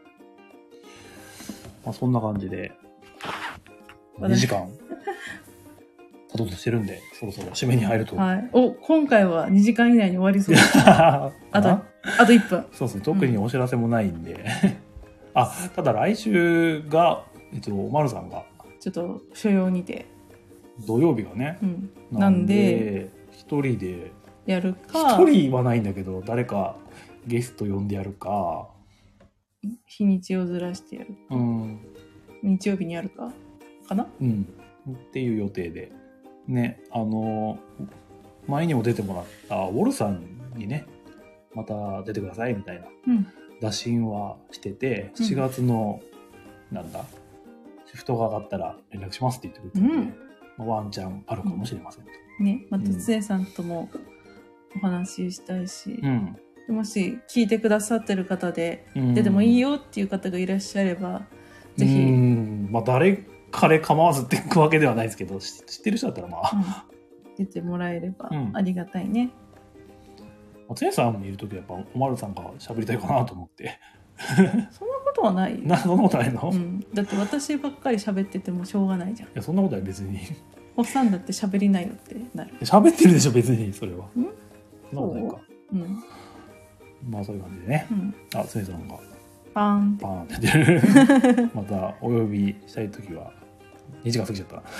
まあそんな感じで2時間経とうとしてるんで、そろそろ締めに入ると。 今回は2時間以内に終わりそうです。あと1分。 そうですね。特にお知らせもないんで。ただ来週が丸さんがちょっと所用にて土曜日がね、なんで一人でやるか、 一人はないんだけど誰かゲスト呼んでやるか、 日にちをずらしてやるか、日曜日にやるかかな、 っていう予定でね、前にも出てもらったウォルさんにねまた出てくださいみたいな、打診はしてて、7月のシフトが上がったら連絡しますって言ってくれたので、ワンチャンあるかもしれませんと。 ね、つえさんともお話ししたいし、 うん、 もし聞いてくださってる方で、出てもいいよっていう方がいらっしゃれば、ぜひ。 まあ誰彼構わずっていくわけではないですけど、知ってる人だったらまあ、 出てもらえればありがたいね。 つねさんもいるときはやっぱおまるさんが喋りたいかなと思って。 そんなことはない。 そんなことないの？ だって私ばっかり喋っててもしょうがないじゃん。いやそんなことは別に。 おっさんだって喋りないよってなる。 喋ってるでしょ別にそれは。そんなことないか。まあそういう感じでね。つねさんがパーンって出る。またお呼びしたいときは2時間過ぎちゃった。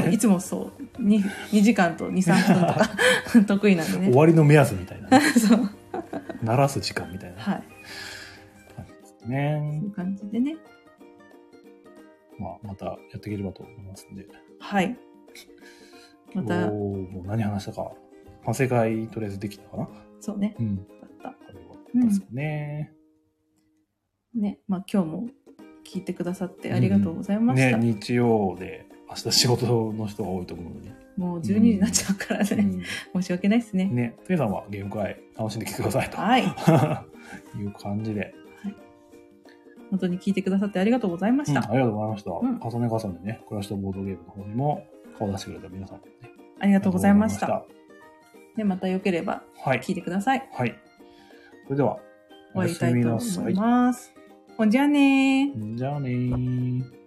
いつもそう 2時間と 2,3 分とか得意なんでね。 終わりの目安みたいな、そう鳴らす時間みたいな、 はいね、そういう感じでね、 またやっていければと思いますんで、 はいまたもう何話したか反省会とりあえずできたかな。 そうね、 だったですかね、 ね、今日も聞いてくださってありがとうございました。 日曜で明日仕事の人が多いと思うので、 もう12時になっちゃうからね、申し訳ないですね。 つねさんはゲーム会楽しんできてくださいと、いう感じで、 本当に聞いてくださってありがとうございました。 ありがとうございました。重ね重ねね、暮らしとボードゲームの方にも顔出してくれた皆さん、 ありがとうございました。でまたよければ聞いてください。 はい。それでは終わりたいと思います。ほんじゃあねー。 じゃあねー。